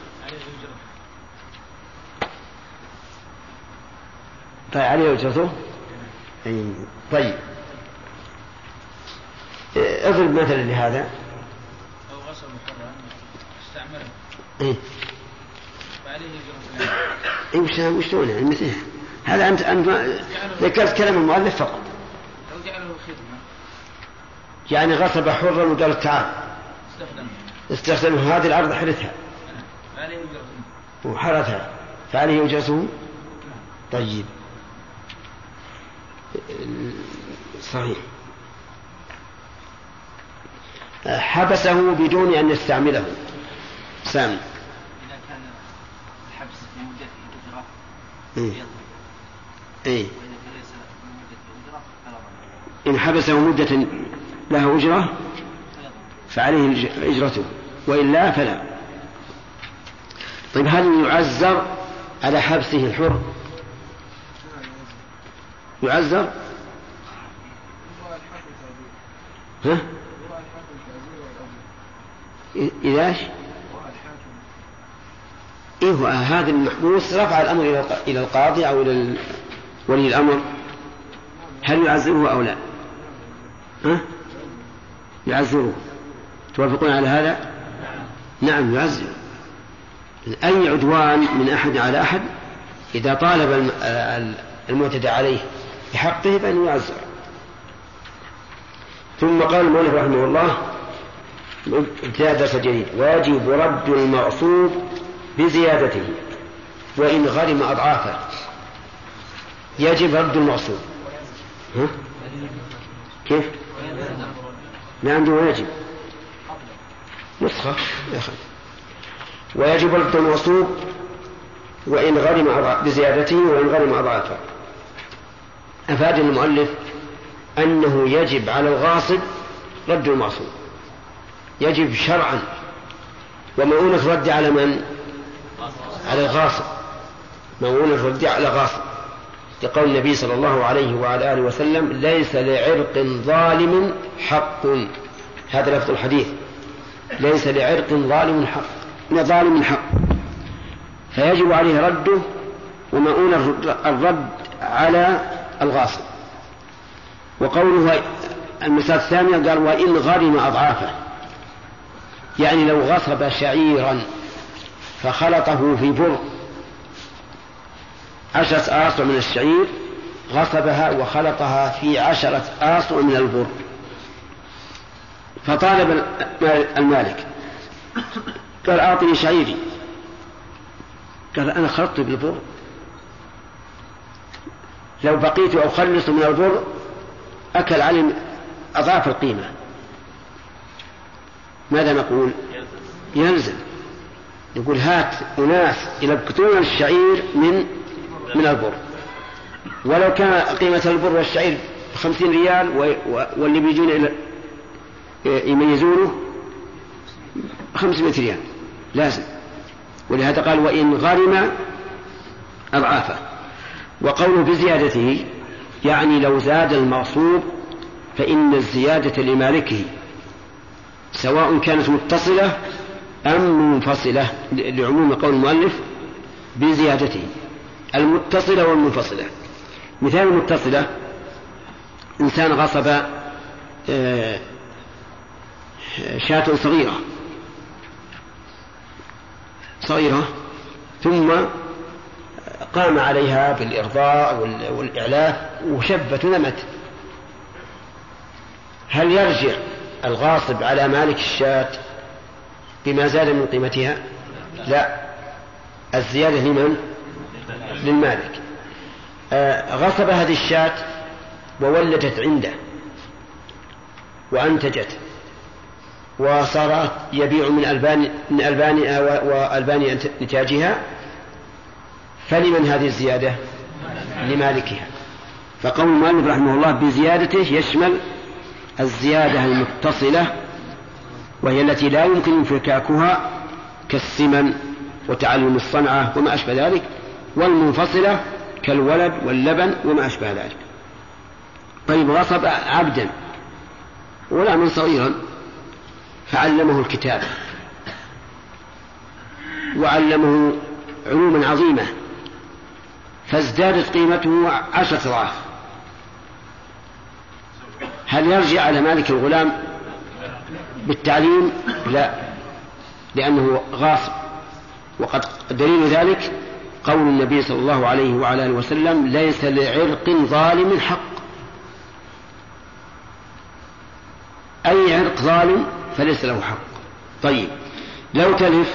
طيب عليه أجرته. طيب، اضرب مثلا لهذا. أو غصب حرا استعمله فعليه أجرته. وش تقول يعني مثل هذا؟ أنت ذكرت كلام المؤلف فقط. لو جعله خدمة يعني غصب حرا وقال تعال استخدمه هذه الأرض حرثها فعليه أجرته وحرثها فعليه أجرته. طيب، صحيح. حبسه بدون أن يستعمله. سامي. إذا كان الحبس لمدة أجرة وإذا ليس لمدة أجرة إن حبسه مدة له أجرة فعليه أجرته وإلا فلا. طيب، هل يعزر على حبسه الحر؟ يعزر؟ ها؟ إذاش؟ هذا المحبوس رفع الأمر إلى القاضي أو إلى ولي الأمر هل يعزره أو لا؟ يعزره. توافقون على هذا؟ نعم يعزره. أي عدوان من أحد على أحد إذا طالب المعتدى عليه بحقه فإنه يعزر. ثم قال المؤلف رحمه الله ابتداء درس جديد: ويجب رد المغصوب بزيادته وإن غرم أضعافه. يجب رد المغصوب. كيف؟ لا عنده ويجب نسخة يا أخي. ويجب رد المغصوب وإن غرم بزيادته وإن غرم أضعافه. أفاد المؤلف أنه يجب على الغاصب رد المغصوب، يجب شرعا. ومؤونة رد على من؟ على الغاصب. مؤونة رد على غاصب، لقول النبي صلى الله عليه وعلى آله وسلم: ليس لعرق ظالم حق. هذا لفظ الحديث: ليس لعرق ظالم حق. فيجب عليه رده ومؤونة الرد على الغاصب. وقوله المسألة الثانية قال: وإن غرم أضعافه، يعني لو غصب شعيرا فخلطه في بر 10 آصع من الشعير، غصبها وخلطها في 10 آصع من البر، فطالب المالك قال: أعطني شعيري. قال: أنا خلطت بالبر، لو بقيت أخلص من البر أكل علي أضعاف القيمة. ماذا نقول؟ يلزم. نقول: هات أناس إلى بكتون الشعير من البر، ولو كان قيمة البر والشعير 50 ريال واللي بيجون يميزونه 500 ريال لازم. ولهذا قال: وإن غرم أضعافه. وقوله بزيادته يعني لو زاد المغصوب فإن الزيادة لمالكه، سواء كانت متصلة أم منفصلة، لعموم قول المؤلف بزيادته. المتصلة والمنفصلة: مثال المتصلة: إنسان غصب شاة صغيرة ثم قام عليها بالإرضاء والإعلاف وشبت ونمت، هل يرجع الغاصب على مالك الشاة بما زاد من قيمتها؟ لا، الزيادة لمن؟ للمالك. غصب هذه الشاة وولدت عنده وأنتجت وصارت يبيع من ألبانها وألبان نتاجها، فلمن هذه الزيادة؟ لمالكها. فقول المؤلف رحمه الله بزيادته يشمل الزيادة المتصلة وهي التي لا يمكن انفكاكها كالسمن وتعلم الصنعة وما أشبه ذلك، والمنفصلة كالولد واللبن وما أشبه ذلك. طيب، غصب عبدا غلاما صغيرا فعلمه الكتابة وعلمه علوما عظيمة فازدادت قيمته 10 أضعاف، هل يرجع على مالك الغلام بالتعليم؟ لا، لأنه غاصب. وقد دليل ذلك قول النبي صلى الله عليه وعلى آله وسلم: ليس لعرق ظالم حق. أي عرق ظالم فليس له حق. طيب، لو تلف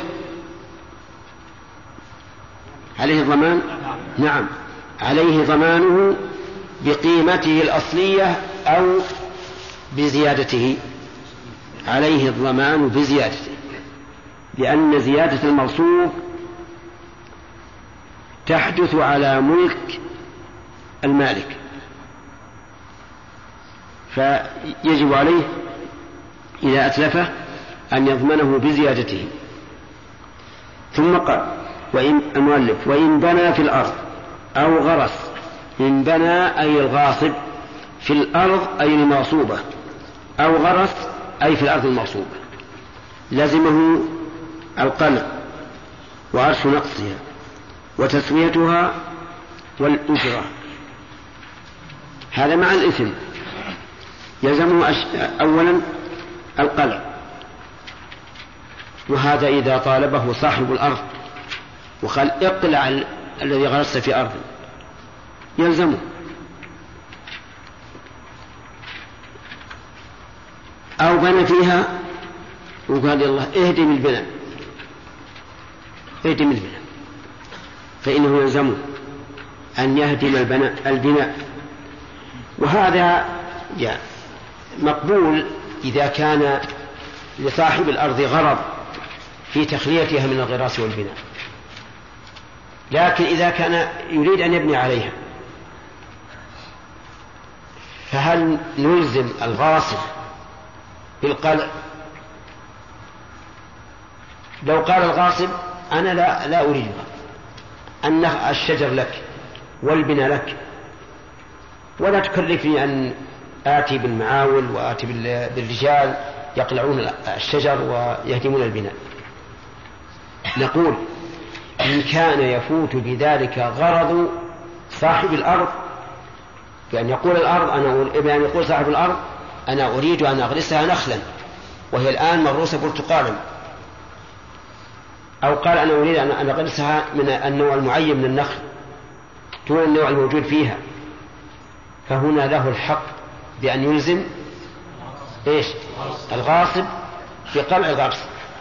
عليه الضمان؟ نعم، عليه ضمانه بقيمته الأصلية أو بزيادته. عليه الضمان بزيادته، لأن زيادة المغصوب تحدث على ملك المالك، فيجب عليه إذا أتلفه أن يضمنه بزيادته. ثم قال المؤلف: وإن بنى في الأرض أو غرس. إن بنى أي الغاصب في الأرض أي المغصوبة، أو غرس أي في الأرض المغصوبة، لزمه القلع وعرش نقصها وتسويتها والأجرة. هذا مع الإثم يلزمه أولا القلع، وهذا إذا طالبه صاحب الأرض وقال اقلع الذي غرست في أرض يلزمه. أو بنى فيها وقال الله اهدم البناء فإنه يلزمه أن يهدم البناء. وهذا مقبول إذا كان لصاحب الأرض غرض في تخليتها من الغراس والبناء، لكن إذا كان يريد أن يبني عليها فهل نلزم الغاصب بالقلع؟ لو قال الغاصب أنا لا أريدها، أن الشجر لك والبناء لك ولا تكلفني أن آتي بالمعاول وآتي بالرجال يقلعون الشجر ويهدمون البناء، نقول إن كان يفوت بذلك غرض صاحب الأرض، بأن يقول صاحب الأرض أنا أريد أن أغرسها نخلا وهي الآن مغروسة برتقالا، أو قال أنا أريد أن أغرسها من النوع المعين من النخل دون النوع الموجود فيها، فهنا له الحق بأن يلزم الغاصب بقلع الغرس.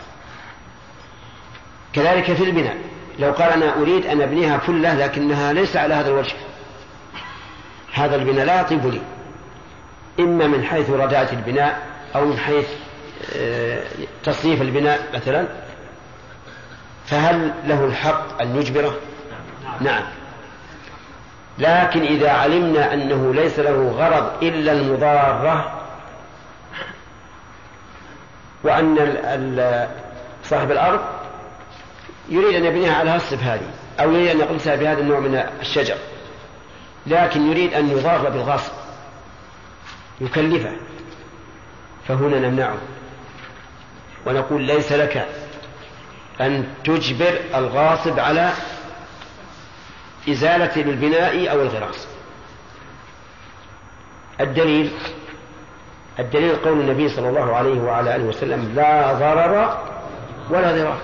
كذلك في البناء، لو قال أنا أريد أن أبنيها فلة لكنها ليس على هذا الوجه، هذا البناء لا يطيب لي، إما من حيث رداءة البناء أو من حيث تصنيف البناء مثلا، فهل له الحق أن يجبره؟ نعم. لكن إذا علمنا أنه ليس له غرض إلا المضارة، وأن صاحب الأرض يريد أن يبنيها على هالصف هذه أو يريد أن يقلسها بهذا النوع من الشجر، لكن يريد أن يضار بالغاصب يكلفه، فهنا نمنعه ونقول ليس لك أن تجبر الغاصب على إزالة البناء أو الغراس. الدليل قول النبي صلى الله عليه وعلى آله وسلم لا ضرر ولا ضرار،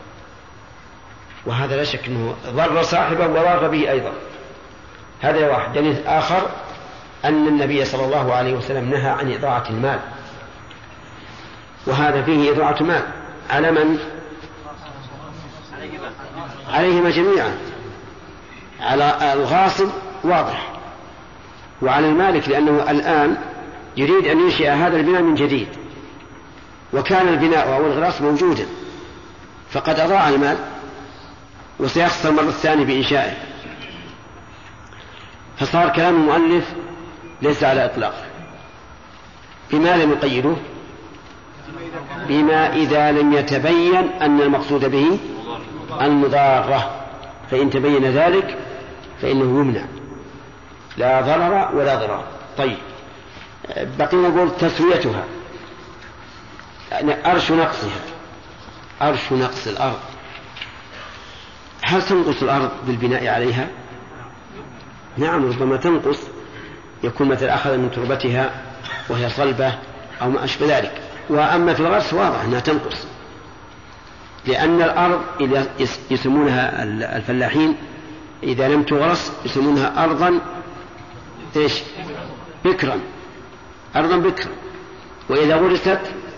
وهذا لا شك أنه ضر صاحبه وضار به أيضا. هذا واحد. دليل آخر أن النبي صلى الله عليه وسلم نهى عن إضاعة المال، وهذا فيه إضاعة مال على من؟ عليهما جميعا، على الغاصب واضح، وعلى المالك لأنه الآن يريد أن ينشئ هذا البناء من جديد، وكان البناء أو الغراس موجودا فقد أضاع المال وسيخسر مرة ثانية بإنشائه، فصار كلام المؤلف ليس على إطلاق. بما لم يقيده؟ بما إذا لم يتبين أن المقصود به المضارة، فإن تبين ذلك فإنه يمنع، لا ضرر ولا ضرار. طيب، بقينا نقول تسويتها، أرش نقصها، أرش نقص الأرض. هل تنقص الأرض بالبناء عليها؟ نعم، ربما تنقص، يكون مثل أخذ من تربتها وهي صلبة أو ما أشبه ذلك. وأما في الغرس واضح أنها تنقص، لأن الأرض يسمونها الفلاحين إذا لم تغرس يسمونها أرضا بكرا، أرضا بكرا، وإذا غرست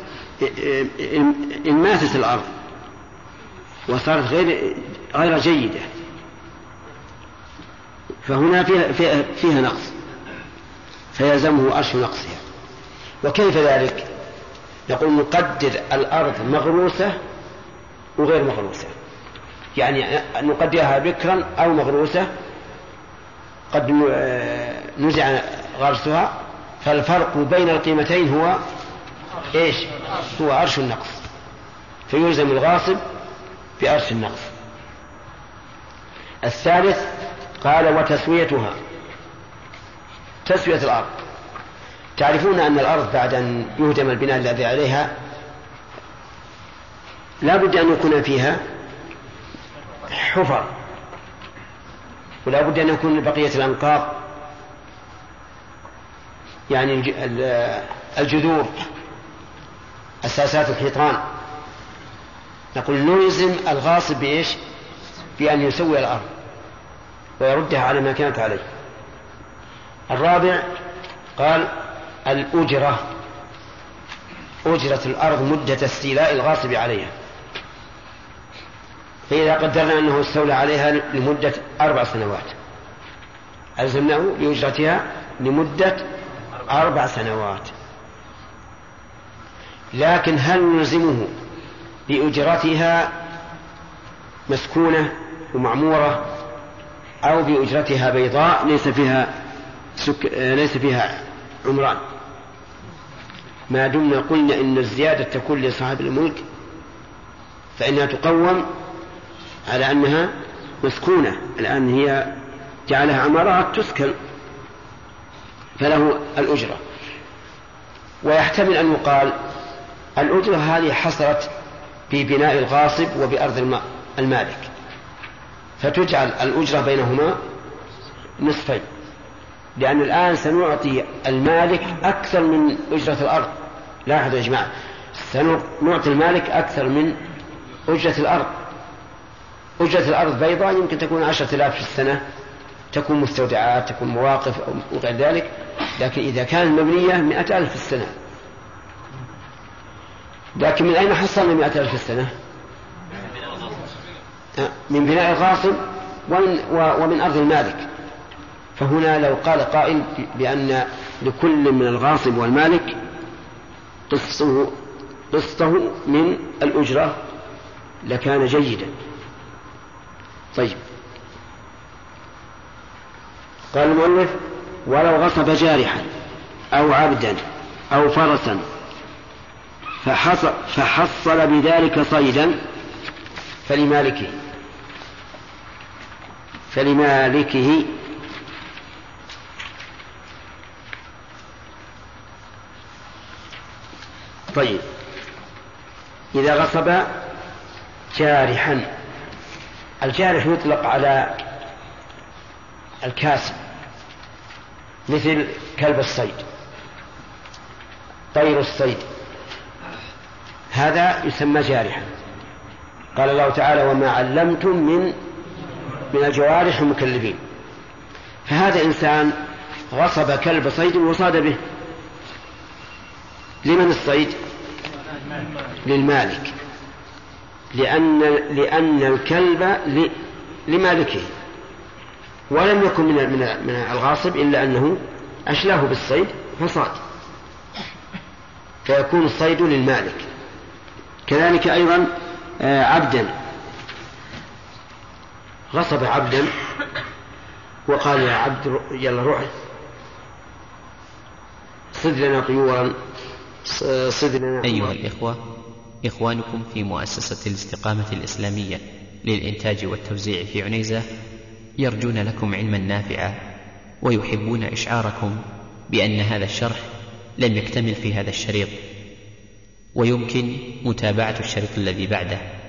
انماتت الأرض وصارت غير جيدة، فهنا فيها نقص، فيلزمه أرش نقصها. وكيف ذلك؟ نقول نقدر الأرض مغروسة وغير مغروسة، يعني نقدرها بكرا أو مغروسة، قد نزع غرسها، فالفرق بين القيمتين هو هو أرش النقص، فيلزم الغاصب بأرش النقص. الثالث قال وتسويتها، تسوية الأرض. تعرفون أن الأرض بعد أن يهدم البناء الذي عليها لا بد أن يكون فيها حفر، ولا بد أن يكون بقية الأنقاض يعني الجذور، أساسات الحيطان، نقول نلزم الغاصب بإيش؟ بأن يسوي الأرض ويردها على ما كانت عليه. الرابع قال الأجرة، أجرة الأرض مدة استيلاء الغاصب عليها، فإذا قدرنا أنه استولى عليها لمدة 4 سنوات ألزمناه بأجرتها لمدة 4 سنوات. لكن هل نلزمه بأجرتها مسكونة ومعمورة أو بأجرتها بيضاء ليس فيها عمران؟ ما دمنا قلنا إن الزيادة تكون لصاحب الملك فإنها تقوم على أنها مسكونة، الآن هي جعلها عمارات تسكن فله الأجرة. ويحتمل أن يقال الأجرة هذه حصلت في بناء الغاصب وبأرض المالك، فتجعل الأجرة بينهما نصفين، لأن الآن سنعطي المالك أكثر من أجرة الأرض. لاحظوا يا جماعة، سنعطي المالك أكثر من أجرة الأرض. أجرة الأرض بيضاء يمكن تكون 10,000 في السنة، تكون مستودعات، تكون مواقف وغير ذلك، لكن إذا كانت مبنية 100,000 في السنة. لكن من أين حصلنا 100,000 في السنة؟ من بناء الغاصب ومن أرض المالك. فهنا لو قال قائل بأن لكل من الغاصب والمالك قسطه من الأجرة لكان جيدا. طيب، قال المؤلف ولو غصب جارحا أو عبدا أو فرسا فحصل بذلك صيدا فلمالكه طيب، إذا غصب جارحا، الجارح يطلق على الكاسب مثل كلب الصيد، طير الصيد، هذا يسمى جارحا. قال الله تعالى وما علمتم من الجوارح المكلبين. فهذا إنسان غصب كلب صيد وصاد به. لمن الصيد؟ للمالك، لأن الكلب لمالكه، ولم يكن من الغاصب إلا أنه أشلاه بالصيد فصاد، فيكون الصيد للمالك. كذلك أيضا عبدا، غصب عبدا وقال يا عبد يلا روح صد لنا طيورا صد لنا. أيها الإخوة، إخوانكم في مؤسسة الاستقامة الإسلامية للإنتاج والتوزيع في عنيزة يرجون لكم علما نافعا، ويحبون إشعاركم بأن هذا الشرح لم يكتمل في هذا الشريط، ويمكن متابعة الشريط الذي بعده.